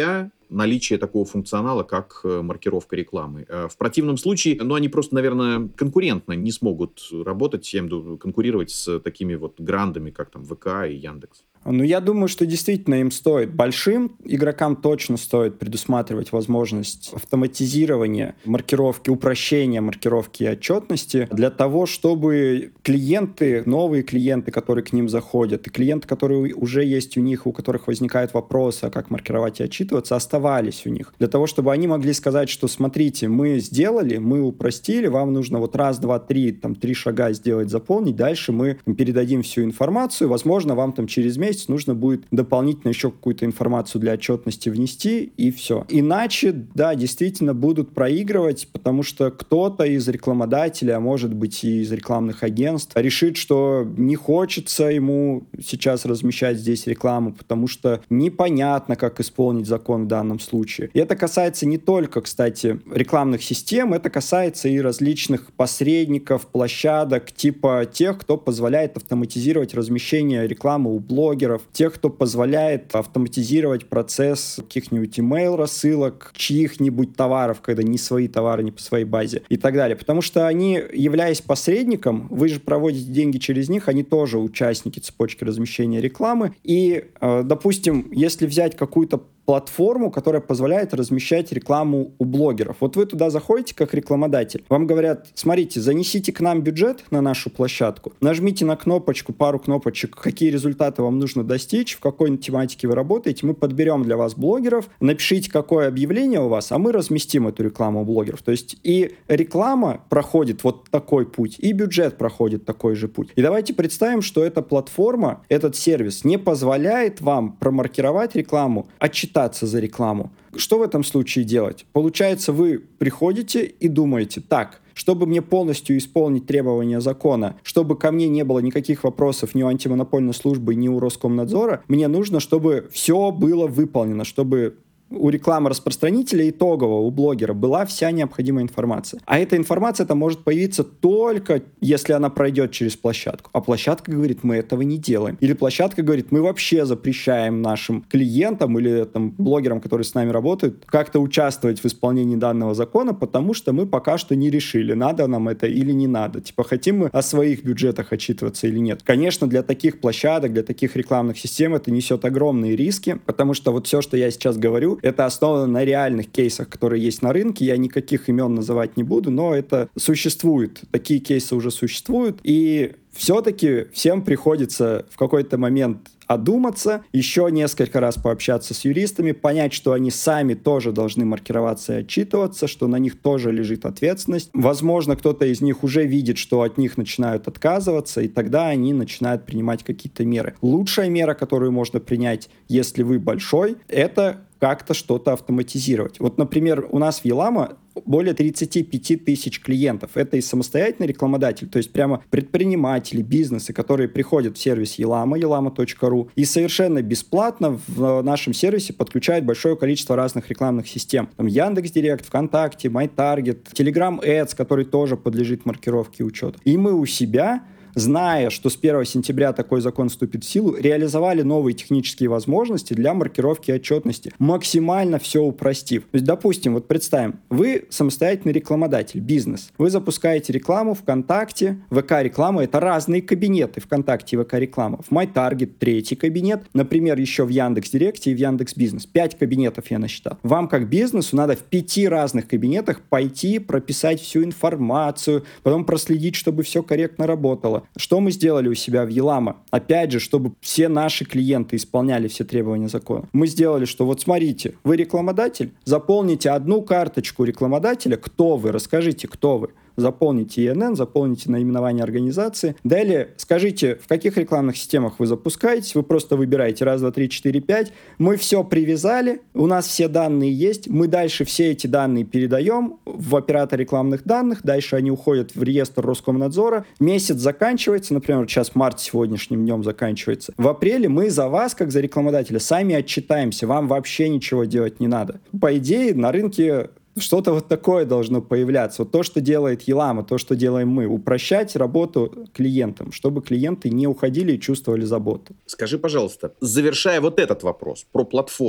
наличие такого функционала, как маркировка рекламы. В противном случае, ну, они просто, наверное, конкурентно не смогут работать, я имею в виду, конкурировать с такими вот грандами, как там ВК и Яндекс. Ну, я думаю, что действительно им стоит. Большим игрокам точно стоит предусматривать возможность автоматизирования маркировки, упрощения маркировки и отчетности для того, чтобы клиенты, новые клиенты, которые к ним заходят, и клиенты, которые уже есть у них, у которых возникают вопросы, а как маркировать и отчитываться, оставались у них. Для того, чтобы они могли сказать, что смотрите, мы сделали, мы упростили, вам нужно вот раз, два, три, там, три шага сделать, заполнить, дальше мы передадим всю информацию, возможно, вам там через месяц нужно будет дополнительно еще какую-то информацию для отчетности внести, и все. Иначе, да, действительно будут проигрывать, потому что кто-то из рекламодателей, а может быть и из рекламных агентств, решит, что не хочется ему сейчас размещать здесь рекламу, потому что непонятно, как исполнить закон в данном случае. И это касается не только, кстати, рекламных систем, это касается и различных посредников, площадок, типа тех, кто позволяет автоматизировать размещение рекламы у блогеров, тех, кто позволяет автоматизировать процесс каких-нибудь email-рассылок, чьих-нибудь товаров, когда не свои товары, не по своей базе и так далее. Потому что они, являясь посредником, вы же проводите деньги через них, они тоже участники цепочки размещения рекламы. И, допустим, если взять какую-то платформу, которая позволяет размещать рекламу у блогеров. Вот вы туда заходите как рекламодатель. Вам говорят, смотрите, занесите к нам бюджет на нашу площадку, нажмите на кнопочку, пару кнопочек, какие результаты вам нужно достичь, в какой тематике вы работаете, мы подберем для вас блогеров, напишите, какое объявление у вас, а мы разместим эту рекламу у блогеров. То есть и реклама проходит вот такой путь, и бюджет проходит такой же путь. И давайте представим, что эта платформа, этот сервис не позволяет вам промаркировать рекламу, отчитать за рекламу. Что в этом случае делать? Получается, вы приходите и думаете, так, чтобы мне полностью исполнить требования закона, чтобы ко мне не было никаких вопросов ни у антимонопольной службы, ни у Роскомнадзора, мне нужно, чтобы все было выполнено, чтобы у рекламы-распространителя итогового, у блогера была вся необходимая информация. А эта информация это может появиться только, если она пройдет через площадку. А площадка говорит, мы этого не делаем. Или площадка говорит, мы вообще запрещаем нашим клиентам или там, блогерам, которые с нами работают, как-то участвовать в исполнении данного закона, потому что мы пока что не решили, надо нам это или не надо. Типа, хотим мы о своих бюджетах отчитываться или нет. Конечно, для таких площадок, для таких рекламных систем это несет огромные риски, потому что вот все, что я сейчас говорю, это основано на реальных кейсах, которые есть на рынке. Я никаких имен называть не буду, но это существует. Такие кейсы уже существуют. И все-таки всем приходится в какой-то момент одуматься, еще несколько раз пообщаться с юристами, понять, что они сами тоже должны маркироваться и отчитываться, что на них тоже лежит ответственность. Возможно, кто-то из них уже видит, что от них начинают отказываться, и тогда они начинают принимать какие-то меры. Лучшая мера, которую можно принять, если вы большой, это как-то что-то автоматизировать. Вот, например, у нас в Елама более тридцать пять тысяч клиентов. Это и самостоятельный рекламодатель, то есть прямо предприниматели, бизнесы, которые приходят в сервис Елама, елама точка ру, и совершенно бесплатно в нашем сервисе подключают большое количество разных рекламных систем. Там Яндекс.Директ, ВКонтакте, MyTarget, Telegram Ads, который тоже подлежит маркировке и учету. И мы у себя, зная, что с первого сентября такой закон вступит в силу, реализовали новые технические возможности для маркировки и отчетности, максимально все упростив. То есть, допустим, вот представим, вы самостоятельный рекламодатель, бизнес. Вы запускаете рекламу ВКонтакте, ВК-реклама — это разные кабинеты ВКонтакте и ВК-реклама. В MyTarget третий кабинет, например, еще в Яндекс.Директе и в Яндекс.Бизнес. Пять кабинетов я насчитал. Вам, как бизнесу, надо в пяти разных кабинетах пойти, прописать всю информацию, потом проследить, чтобы все корректно работало. Что мы сделали у себя в Елама? Опять же, чтобы все наши клиенты исполняли все требования закона. Мы сделали, что вот смотрите, вы рекламодатель, заполните одну карточку рекламодателя, кто вы, расскажите, кто вы. Заполните и эн эн, заполните наименование организации. Далее скажите, в каких рекламных системах вы запускаетесь. Вы просто выбираете раз, два, три, четыре, пять. Мы все привязали, у нас все данные есть. Мы дальше все эти данные передаем в оператор рекламных данных. Дальше они уходят в реестр Роскомнадзора. Месяц заканчивается, например, сейчас март сегодняшним днем заканчивается. В апреле мы за вас, как за рекламодателя, сами отчитаемся. Вам вообще ничего делать не надо. По идее, на рынке что-то вот такое должно появляться. Вот то, что делает Елама, то, что делаем мы. Упрощать работу клиентам, чтобы клиенты не уходили и чувствовали заботу. Скажи, пожалуйста, завершая вот этот вопрос про платформы.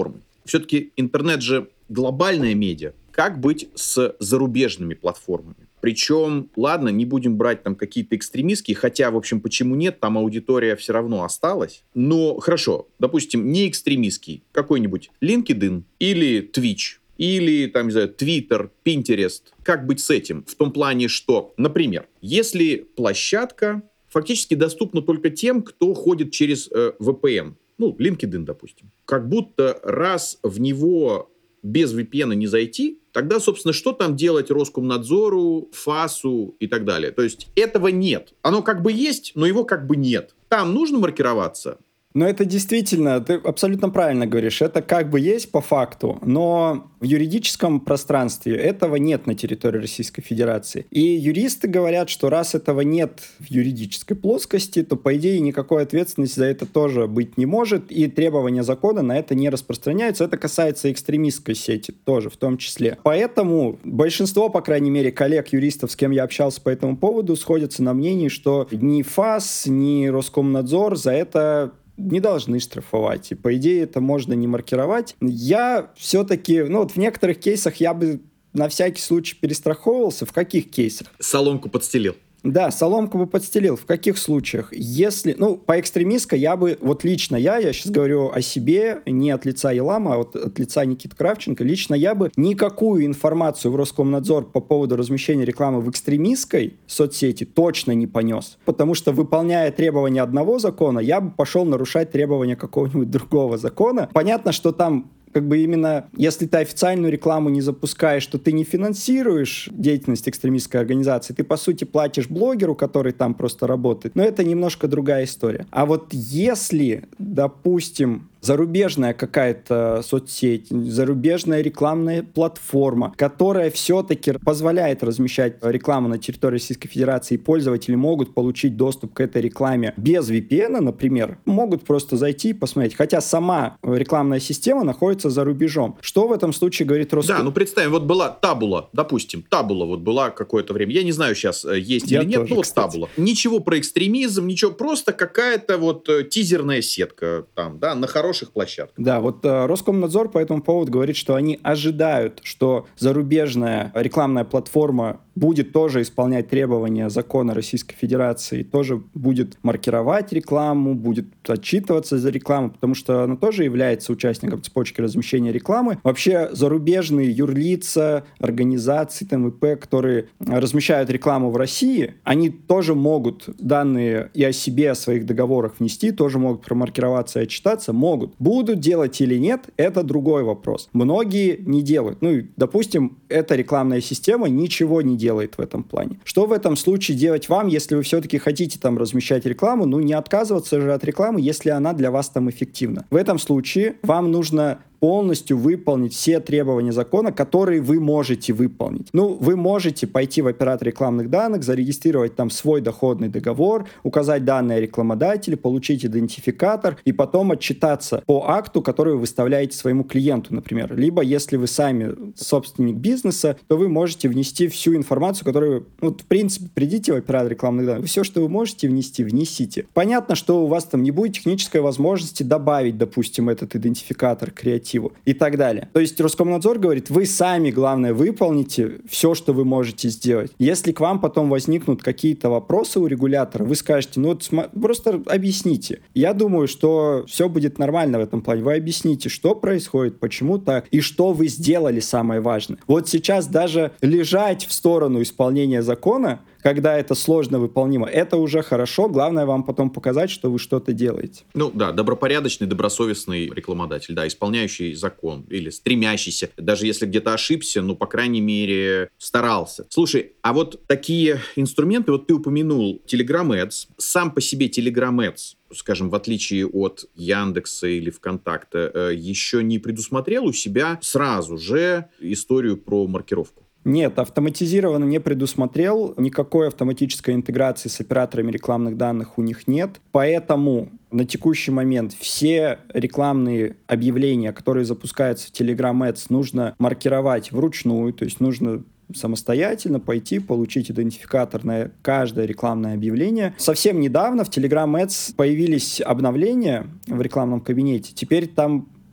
Все-таки интернет же глобальная медиа. Как быть с зарубежными платформами? Причем, ладно, не будем брать там какие-то экстремистские, хотя, в общем, почему нет, там аудитория все равно осталась. Но хорошо, допустим, не экстремистский, какой-нибудь LinkedIn или Twitch, или, там, не знаю, Twitter, Pinterest. Как быть с этим? В том плане, что, например, если площадка фактически доступна только тем, кто ходит через э, ви пи эн, ну, LinkedIn, допустим, как будто раз в него без ви пи эн не зайти, тогда, собственно, что там делать Роскомнадзору, ФАСу и так далее? То есть этого нет. Оно как бы есть, но его как бы нет. Там нужно маркироваться? Но это действительно, ты абсолютно правильно говоришь, это как бы есть по факту, но в юридическом пространстве этого нет на территории Российской Федерации. И юристы говорят, что раз этого нет в юридической плоскости, то, по идее, никакой ответственности за это тоже быть не может, и требования закона на это не распространяются. Это касается экстремистской сети тоже в том числе. Поэтому большинство, по крайней мере, коллег-юристов, с кем я общался по этому поводу, сходятся на мнении, что ни ФАС, ни Роскомнадзор за это не должны штрафовать. И, по идее, это можно не маркировать. Я все-таки, ну вот в некоторых кейсах я бы на всякий случай перестраховывался. В каких кейсах? Соломку подстелил. Да, соломку бы подстелил. В каких случаях? Если, ну, по экстремистской я бы, вот лично я, я сейчас говорю о себе, не от лица Елама, а вот от лица Никиты Кравченко, лично я бы никакую информацию в Роскомнадзор по поводу размещения рекламы в экстремистской соцсети точно не понес. Потому что, выполняя требования одного закона, я бы пошел нарушать требования какого-нибудь другого закона. Понятно, что там как бы именно, если ты официальную рекламу не запускаешь, то ты не финансируешь деятельность экстремистской организации, ты, по сути, платишь блогеру, который там просто работает. Но это немножко другая история. А вот если, допустим, зарубежная какая-то соцсеть, зарубежная рекламная платформа, которая все-таки позволяет размещать рекламу на территории Российской Федерации, и пользователи могут получить доступ к этой рекламе без ви пи эн, например, могут просто зайти и посмотреть. Хотя сама рекламная система находится за рубежом. Что в этом случае говорит Роском? Да, ну представим, вот была Табула, допустим, Табула вот была какое-то время. Я не знаю, сейчас есть Я или нет, тоже, ну вот кстати. Табула. Ничего про экстремизм, ничего, просто какая-то вот э, тизерная сетка там, да, на хорошем площадках. Да, вот э, Роскомнадзор по этому поводу говорит, что они ожидают, что зарубежная рекламная платформа будет тоже исполнять требования закона Российской Федерации, тоже будет маркировать рекламу, будет отчитываться за рекламу, потому что она тоже является участником цепочки размещения рекламы. Вообще зарубежные юрлица, организации, там, и пэ, которые размещают рекламу в России, они тоже могут данные и о себе, о своих договорах внести, тоже могут промаркироваться и отчитаться, могут. Будут делать или нет, это другой вопрос. Многие не делают. Ну, и, допустим, эта рекламная система ничего не делает в этом плане. Что в этом случае делать вам, если вы все-таки хотите там размещать рекламу? Ну, не отказываться же от рекламы, если она для вас там эффективна. В этом случае вам нужно полностью выполнить все требования закона, которые вы можете выполнить. Ну, вы можете пойти в оператор рекламных данных, зарегистрировать там свой доходный договор, указать данные рекламодателя, получить идентификатор и потом отчитаться по акту, который вы выставляете своему клиенту, например. Либо, если вы сами собственник бизнеса, то вы можете внести всю информацию, которую, ну, в принципе, придите в оператор рекламных данных, все, что вы можете внести, внесите. Понятно, что у вас там не будет технической возможности добавить, допустим, этот идентификатор креатив и так далее. То есть Роскомнадзор говорит, вы сами, главное, выполните все, что вы можете сделать. Если к вам потом возникнут какие-то вопросы у регулятора, вы скажете, ну вот см- просто объясните. Я думаю, что все будет нормально в этом плане. Вы объясните, что происходит, почему так, и что вы сделали, самое важное. Вот сейчас даже лежать в сторону исполнения закона, когда это сложно выполнимо, это уже хорошо. Главное вам потом показать, что вы что-то делаете. Ну да, добропорядочный, добросовестный рекламодатель, да, исполняющий закон или стремящийся, даже если где-то ошибся, ну, по крайней мере, старался. Слушай, а вот такие инструменты, вот ты упомянул Telegram Ads, сам по себе Telegram Ads, скажем, в отличие от Яндекса или ВКонтакта, еще не предусмотрел у себя сразу же историю про маркировку? Нет, автоматизированно не предусмотрел, никакой автоматической интеграции с операторами рекламных данных у них нет, поэтому на текущий момент все рекламные объявления, которые запускаются в Telegram Ads, нужно маркировать вручную, то есть нужно самостоятельно пойти, получить идентификатор на каждое рекламное объявление. Совсем недавно в Telegram Ads появились обновления в рекламном кабинете, теперь там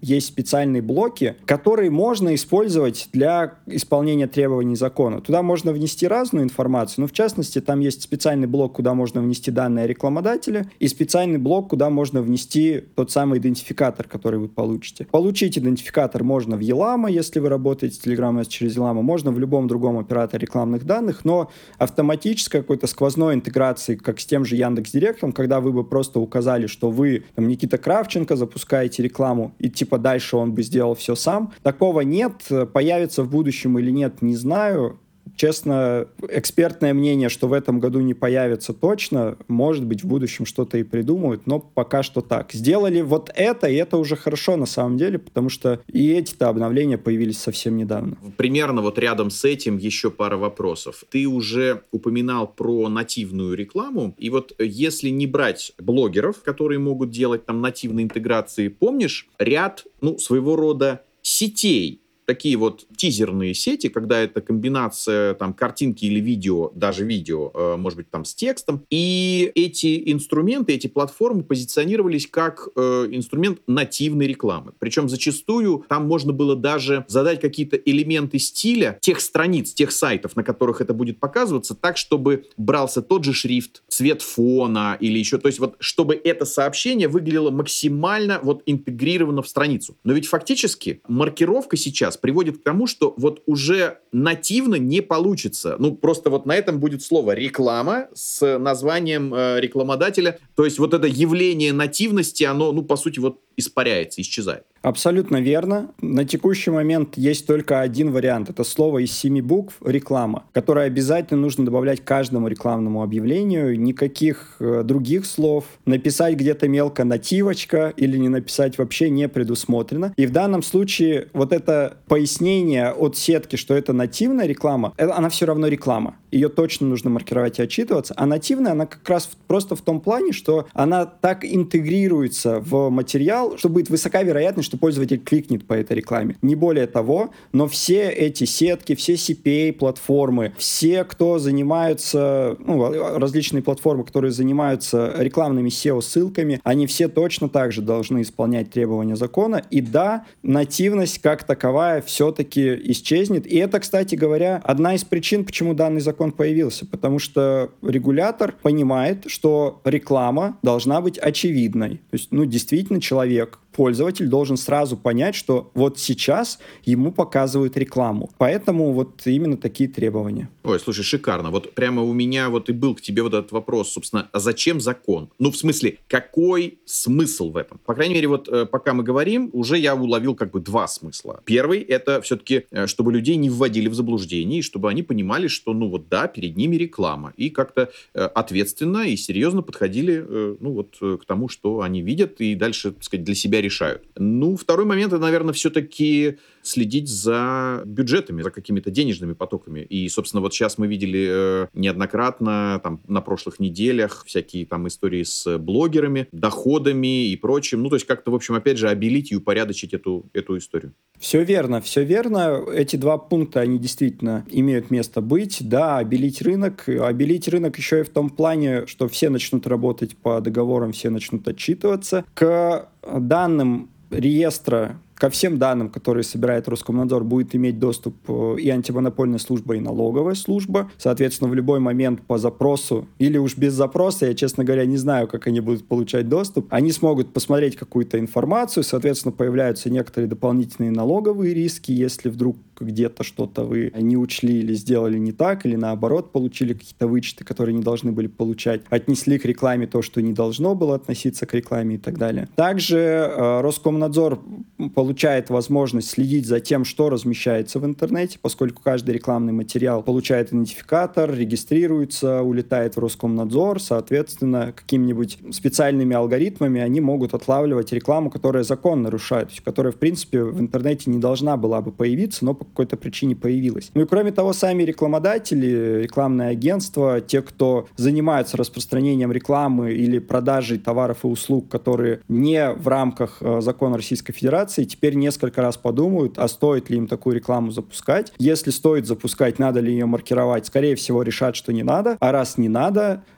есть специальные блоки, которые можно использовать для исполнения требований закона. Туда можно внести разную информацию, но в частности там есть специальный блок, куда можно внести данные о рекламодателе, и специальный блок, куда можно внести тот самый идентификатор, который вы получите. Получить идентификатор можно в Елама, если вы работаете с Telegram через Елама, можно в любом другом операторе рекламных данных, но автоматической какой-то сквозной интеграции, как с тем же Яндекс.Директом, когда вы бы просто указали, что вы, там, Никита Кравченко, запускаете рекламу, и типа дальше он бы сделал все сам. Такого нет. Появится в будущем или нет, не знаю. Честно, экспертное мнение, что в этом году не появится точно, может быть, в будущем что-то и придумают, но пока что так. Сделали вот это, и это уже хорошо на самом деле, потому что и эти-то обновления появились совсем недавно. Примерно вот рядом с этим еще пара вопросов. Ты уже упоминал про нативную рекламу, и вот если не брать блогеров, которые могут делать там нативные интеграции, помнишь ряд, ну, своего рода сетей, такие вот тизерные сети, когда это комбинация там картинки или видео, даже видео, э, может быть, там с текстом. И эти инструменты, эти платформы позиционировались как э, инструмент нативной рекламы. Причем зачастую там можно было даже задать какие-то элементы стиля тех страниц, тех сайтов, на которых это будет показываться, так, чтобы брался тот же шрифт, цвет фона или еще, то есть вот, чтобы это сообщение выглядело максимально вот интегрировано в страницу. Но ведь фактически маркировка сейчас приводит к тому, что вот уже нативно не получится. Ну, просто вот на этом будет слово «реклама» с названием э, рекламодателя. То есть вот это явление нативности, оно, ну, по сути, вот испаряется, исчезает. Абсолютно верно. На текущий момент есть только один вариант. Это слово из семи букв «реклама», которое обязательно нужно добавлять к каждому рекламному объявлению. Никаких э, других слов. Написать где-то мелко «нативочка» или не написать вообще не предусмотрено. И в данном случае вот это пояснение от сетки, что это нативная реклама, она все равно реклама. Ее точно нужно маркировать и отчитываться. А нативная, она как раз в, просто в том плане, что она так интегрируется в материал, что будет высока вероятность, что пользователь кликнет по этой рекламе. Не более того, но все эти сетки, все си пи эй-платформы, все, кто занимаются, ну, различные платформы, которые занимаются рекламными сео-ссылками, они все точно так же должны исполнять требования закона. И да, нативность как таковая все-таки исчезнет. И это, кстати говоря, одна из причин, почему данный закон появился. Потому что регулятор понимает, что реклама должна быть очевидной. То есть, ну, действительно, человек, пользователь должен сразу понять, что вот сейчас ему показывают рекламу. Поэтому вот именно такие требования. Ой, слушай, шикарно. Вот прямо у меня вот и был к тебе вот этот вопрос, собственно, а зачем закон? Ну, в смысле, какой смысл в этом? По крайней мере, вот э, пока мы говорим, уже я уловил как бы два смысла. Первый — это все-таки, э, чтобы людей не вводили в заблуждение, и чтобы они понимали, что, ну вот да, перед ними реклама. И как-то э, ответственно и серьезно подходили, э, ну вот, э, к тому, что они видят, и дальше, так сказать, для себя решают. Ну, второй момент — это, наверное, все-таки следить за бюджетами, за какими-то денежными потоками. И, собственно, вот сейчас мы видели э, неоднократно, там, на прошлых неделях всякие там истории с блогерами, доходами и прочим. Ну, то есть как-то, в общем, опять же, обелить и упорядочить эту, эту историю. Все верно, все верно. Эти два пункта, они действительно имеют место быть. Да, обелить рынок. Обелить рынок еще и в том плане, что все начнут работать по договорам, все начнут отчитываться. К данным реестра, ко всем данным, которые собирает Роскомнадзор, будет иметь доступ и антимонопольная служба, и налоговая служба. Соответственно, в любой момент по запросу, или уж без запроса, я, честно говоря, не знаю, как они будут получать доступ, они смогут посмотреть какую-то информацию, соответственно, появляются некоторые дополнительные налоговые риски, если вдруг где-то что-то вы не учли или сделали не так, или наоборот получили какие-то вычеты, которые не должны были получать, отнесли к рекламе то, что не должно было относиться к рекламе и так далее. Также э, Роскомнадзор получает возможность следить за тем, что размещается в интернете, поскольку каждый рекламный материал получает идентификатор, регистрируется, улетает в Роскомнадзор, соответственно, какими-нибудь специальными алгоритмами они могут отлавливать рекламу, которая закон нарушает, то есть, которая, в принципе, в интернете не должна была бы появиться, но по какой-то причине появилась. Ну и кроме того, сами рекламодатели, рекламные агентства, те, кто занимаются распространением рекламы или продажей товаров и услуг, которые не в рамках э, закона Российской Федерации, теперь несколько раз подумают, а стоит ли им такую рекламу запускать. Если стоит запускать, надо ли ее маркировать, скорее всего, решат, что не надо. А раз не надо,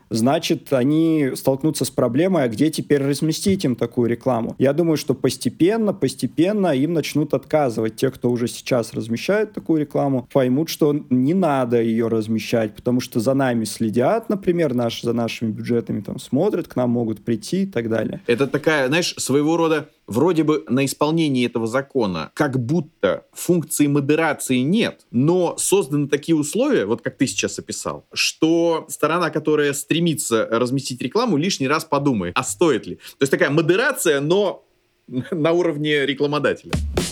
значит, они столкнутся с проблемой, а где теперь разместить им такую рекламу? Я думаю, что постепенно, постепенно им начнут отказывать. Те, кто уже сейчас размещают такую рекламу, поймут, что не надо ее размещать, потому что за нами следят, например, наш, за нашими бюджетами там смотрят, к нам могут прийти и так далее. Это такая, знаешь, своего рода, вроде бы на исполнении этого закона как будто функции модерации нет, но созданы такие условия, вот как ты сейчас описал, что сторона, которая стремится разместить рекламу, лишний раз подумает, а стоит ли. То есть такая модерация, но на уровне рекламодателя.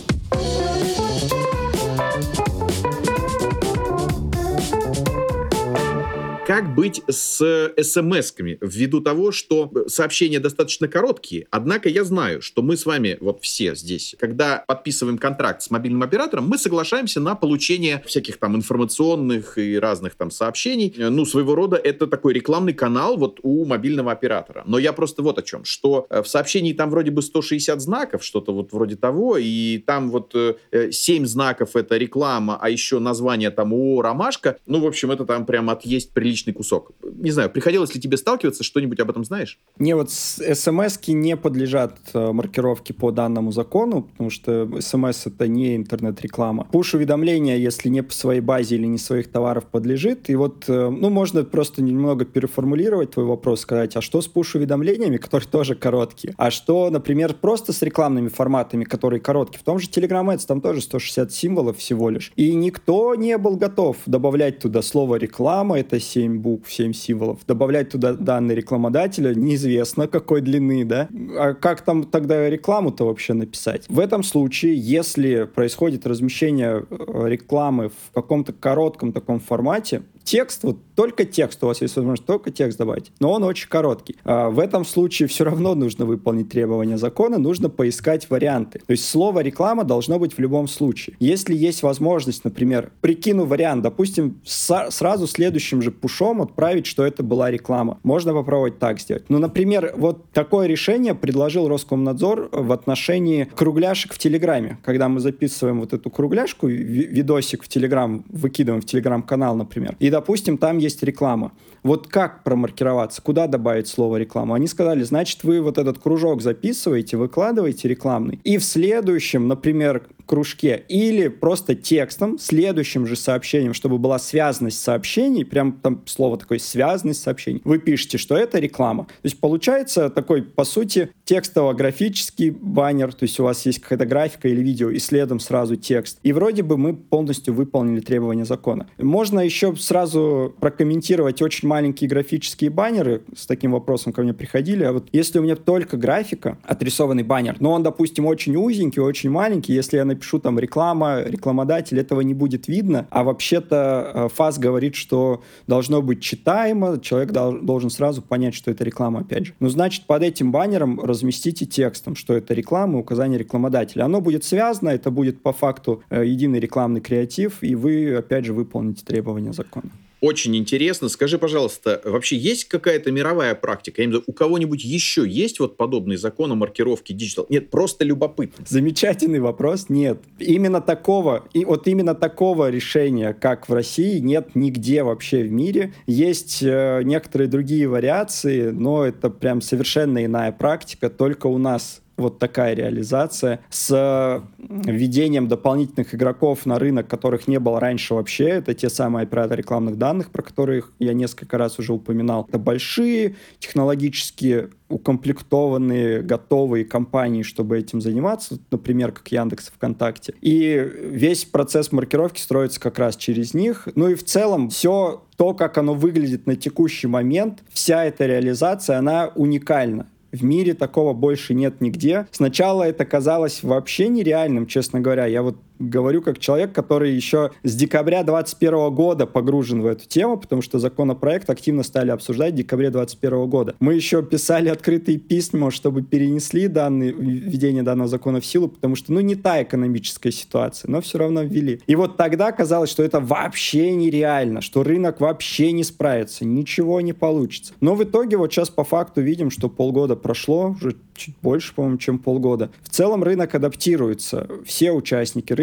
Как быть с смс-ками ввиду того, что сообщения достаточно короткие, однако я знаю, что мы с вами, вот все здесь, когда подписываем контракт с мобильным оператором, мы соглашаемся на получение всяких там информационных и разных там сообщений. Ну, своего рода это такой рекламный канал вот у мобильного оператора. Но я просто вот о чем, что в сообщении там вроде бы сто шестьдесят знаков, что-то вот вроде того, и там вот семь знаков это реклама, а еще название там ООО «Ромашка». Ну, в общем, это там прям отъесть прилично кусок. Не знаю, приходилось ли тебе сталкиваться, что-нибудь об этом знаешь? Не, вот смс-ки не подлежат э, маркировке по данному закону, потому что смс — это не интернет-реклама. Пуш-уведомления, если не по своей базе или не своих товаров, подлежит. И вот, э, ну, можно просто немного переформулировать твой вопрос, сказать, а что с пуш-уведомлениями, которые тоже короткие? А что, например, просто с рекламными форматами, которые короткие? В том же Telegram Ads там тоже сто шестьдесят символов всего лишь. И никто не был готов добавлять туда слово «реклама», это семь букв, семь символов, добавлять туда данные рекламодателя неизвестно какой длины, да? А как там тогда рекламу-то вообще написать? В этом случае, если происходит размещение рекламы в каком-то коротком таком формате, текст, вот только текст, у вас есть возможность только текст добавить, но он очень короткий. А в этом случае все равно нужно выполнить требования закона, нужно поискать варианты. То есть слово «реклама» должно быть в любом случае. Если есть возможность, например, прикину вариант, допустим, с- сразу следующим же пушом отправить, что это была реклама. Можно попробовать так сделать. Ну, например, вот такое решение предложил Роскомнадзор в отношении кругляшек в Телеграме. Когда мы записываем вот эту кругляшку, видосик в Телеграм, выкидываем в Телеграм-канал, например, и, допустим, там есть реклама. Вот как промаркироваться? Куда добавить слово «реклама»? Они сказали, значит, вы вот этот кружок записываете, выкладываете рекламный, и в следующем, например, кружке или просто текстом, следующим же сообщением, чтобы была связность сообщений, прям там слово такое «связность сообщений», вы пишете, что это реклама. То есть получается такой, по сути, текстово-графический баннер, то есть у вас есть какая-то графика или видео, и следом сразу текст. И вроде бы мы полностью выполнили требования закона. Можно еще сразу прокомментировать очень маленькие графические баннеры, с таким вопросом ко мне приходили, а вот если у меня только графика, отрисованный баннер, но он, допустим, очень узенький, очень маленький, если я напишу там реклама, рекламодатель, этого не будет видно, а вообще-то ФАС говорит, что должно быть читаемо, человек дол- должен сразу понять, что это реклама, опять же. Ну, значит, под этим баннером разместите текстом, что это реклама, указание рекламодателя. Оно будет связано, это будет по факту э, единый рекламный креатив, и вы, опять же, выполните требования закона. Очень интересно. Скажи, пожалуйста, вообще есть какая-то мировая практика? Я имею в виду, у кого-нибудь еще есть вот подобный закон о маркировке диджитал? Нет, просто любопытно. Замечательный вопрос. Нет. Именно такого, и вот именно такого решения, как в России, нет нигде вообще в мире. Есть э, некоторые другие вариации, но это прям совершенно иная практика. Только у нас вот такая реализация с введением дополнительных игроков на рынок, которых не было раньше вообще. Это те самые операторы рекламных данных, про которых я несколько раз уже упоминал. Это большие, технологически укомплектованные, готовые компании, чтобы этим заниматься, например, как Яндекс, ВКонтакте. И весь процесс маркировки строится как раз через них. Ну и в целом все то, как оно выглядит на текущий момент, вся эта реализация, она уникальна. В мире такого больше нет нигде. Сначала это казалось вообще нереальным, честно говоря. Я вот говорю как человек, который еще с декабря двадцать первого года погружен в эту тему, потому что законопроект активно стали обсуждать в декабре двадцать первого года. Мы еще писали открытые письма, чтобы перенесли данные, введение данного закона в силу, потому что, ну, не та экономическая ситуация, но все равно ввели. И вот тогда казалось, что это вообще нереально, что рынок вообще не справится, ничего не получится. Но в итоге вот сейчас по факту видим, что полгода прошло, уже чуть больше, по-моему, чем полгода. В целом рынок адаптируется. Все участники рынка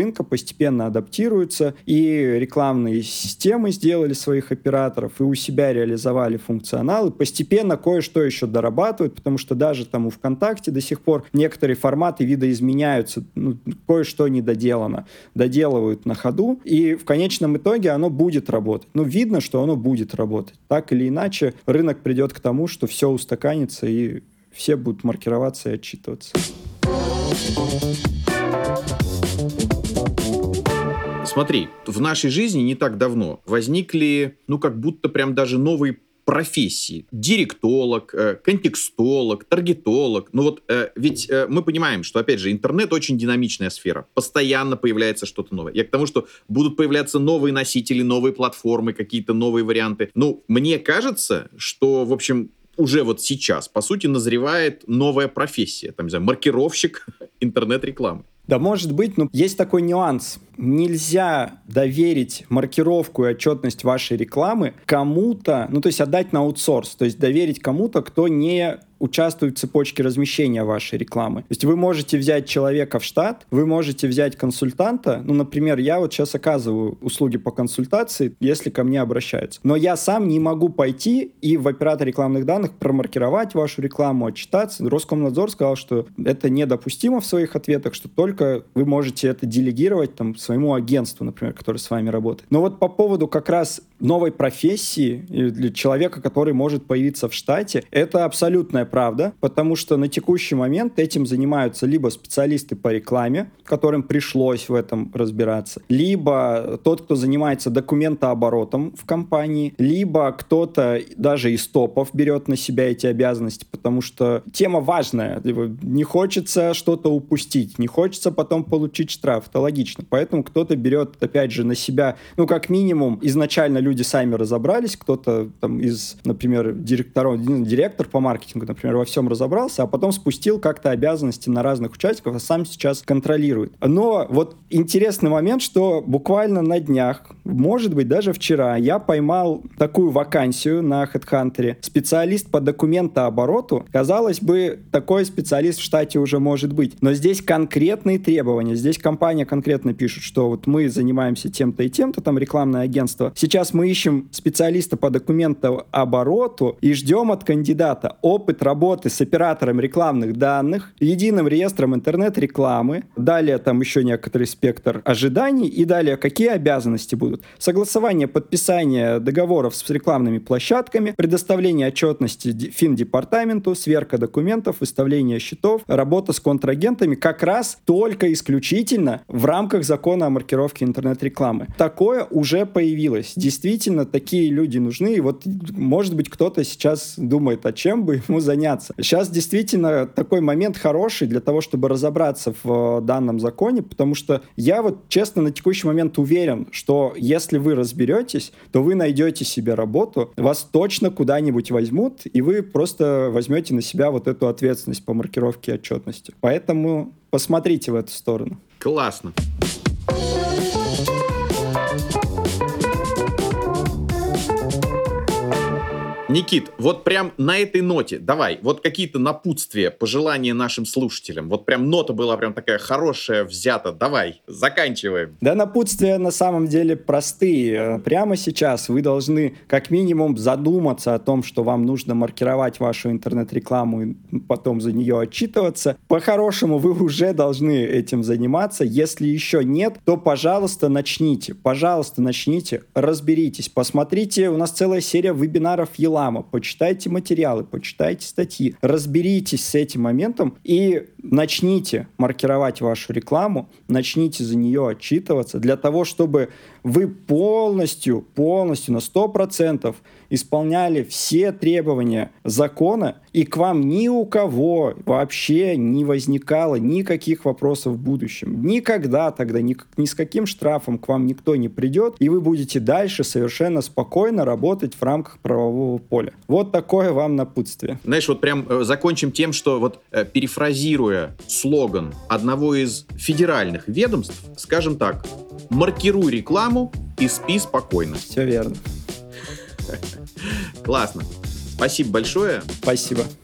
рынка постепенно адаптируются, и рекламные системы сделали своих операторов, и у себя реализовали функционал, и постепенно кое-что еще дорабатывают, потому что даже там у ВКонтакте до сих пор некоторые форматы видоизменяются, ну, кое-что не доделано, доделывают на ходу, и в конечном итоге оно будет работать. Ну, видно, что оно будет работать. Так или иначе, рынок придет к тому, что все устаканится, и все будут маркироваться и отчитываться. Смотри, в нашей жизни не так давно возникли, ну, как будто прям даже новые профессии. Директолог, э, контекстолог, таргетолог. Ну вот, э, ведь э, мы понимаем, что, опять же, интернет очень динамичная сфера. Постоянно появляется что-то новое. Я к тому, что будут появляться новые носители, новые платформы, какие-то новые варианты. Ну, мне кажется, что, в общем, уже вот сейчас, по сути, назревает новая профессия. Там, не знаю, маркировщик интернет-рекламы. Да, может быть, но есть такой нюанс. Нельзя доверить маркировку и отчетность вашей рекламы кому-то, ну, то есть отдать на аутсорс, то есть доверить кому-то, кто не участвует в цепочке размещения вашей рекламы. То есть вы можете взять человека в штат, вы можете взять консультанта, ну, например, я вот сейчас оказываю услуги по консультации, если ко мне обращаются. Но я сам не могу пойти и в оператор рекламных данных промаркировать вашу рекламу, отчитаться. Роскомнадзор сказал, что это недопустимо в своих ответах, что только вы можете это делегировать там своему агентству, например, которое с вами работает. Но вот по поводу как раз новой профессии для человека, который может появиться в штате, это абсолютная правда, потому что на текущий момент этим занимаются либо специалисты по рекламе, которым пришлось в этом разбираться, либо тот, кто занимается документооборотом в компании, либо кто-то даже из топов берет на себя эти обязанности, потому что тема важная, не хочется что-то упустить, не хочется потом получить штраф, это логично, поэтому кто-то берет, опять же, на себя, ну, как минимум, изначально люди сами разобрались, кто-то там из, например, директоров, директор по маркетингу, например, во всем разобрался, а потом спустил как-то обязанности на разных участников, а сам сейчас контролирует. Но вот интересный момент, что буквально на днях, может быть, даже вчера, я поймал такую вакансию на HeadHunter. Специалист по документообороту. Казалось бы, такой специалист в штате уже может быть. Но здесь конкретные требования. Здесь компания конкретно пишет, что вот мы занимаемся тем-то и тем-то, там рекламное агентство. Сейчас мы ищем специалиста по документообороту и ждем от кандидата опыт работы с оператором рекламных данных, единым реестром интернет-рекламы, далее там еще некоторый спектр ожиданий, и далее какие обязанности будут. Согласование, подписание договоров с рекламными площадками, предоставление отчетности финдепартаменту, сверка документов, выставление счетов, работа с контрагентами как раз только исключительно в рамках закона о маркировке интернет-рекламы. Такое уже появилось. Действительно, такие люди нужны, и вот, может быть, кто-то сейчас думает, а чем бы ему заняться. Сейчас действительно такой момент хороший для того, чтобы разобраться в данном законе, потому что я вот честно на текущий момент уверен, что если вы разберетесь, то вы найдете себе работу, вас точно куда-нибудь возьмут, и вы просто возьмете на себя вот эту ответственность по маркировке и отчетности. Поэтому посмотрите в эту сторону. Классно. Никит, вот прям на этой ноте, давай, вот какие-то напутствия, пожелания нашим слушателям. Вот прям нота была прям такая хорошая, взята. Давай, заканчиваем. Да, напутствия на самом деле простые. Прямо сейчас вы должны как минимум задуматься о том, что вам нужно маркировать вашу интернет-рекламу и потом за нее отчитываться. По-хорошему, вы уже должны этим заниматься. Если еще нет, то, пожалуйста, начните. Пожалуйста, начните, разберитесь. Посмотрите, у нас целая серия вебинаров Елама. Почитайте материалы, почитайте статьи, разберитесь с этим моментом и начните маркировать вашу рекламу, начните за нее отчитываться для того, чтобы вы полностью, полностью на сто процентов исполняли все требования закона, и к вам ни у кого вообще не возникало никаких вопросов в будущем. Никогда тогда ни, ни с каким штрафом к вам никто не придет, и вы будете дальше совершенно спокойно работать в рамках правового поля. Вот такое вам напутствие. Знаешь, вот прям э, закончим тем, что вот э, перефразируя слоган одного из федеральных ведомств, скажем так: маркируй рекламу и спи спокойно. Все верно. Классно. Спасибо большое. Спасибо.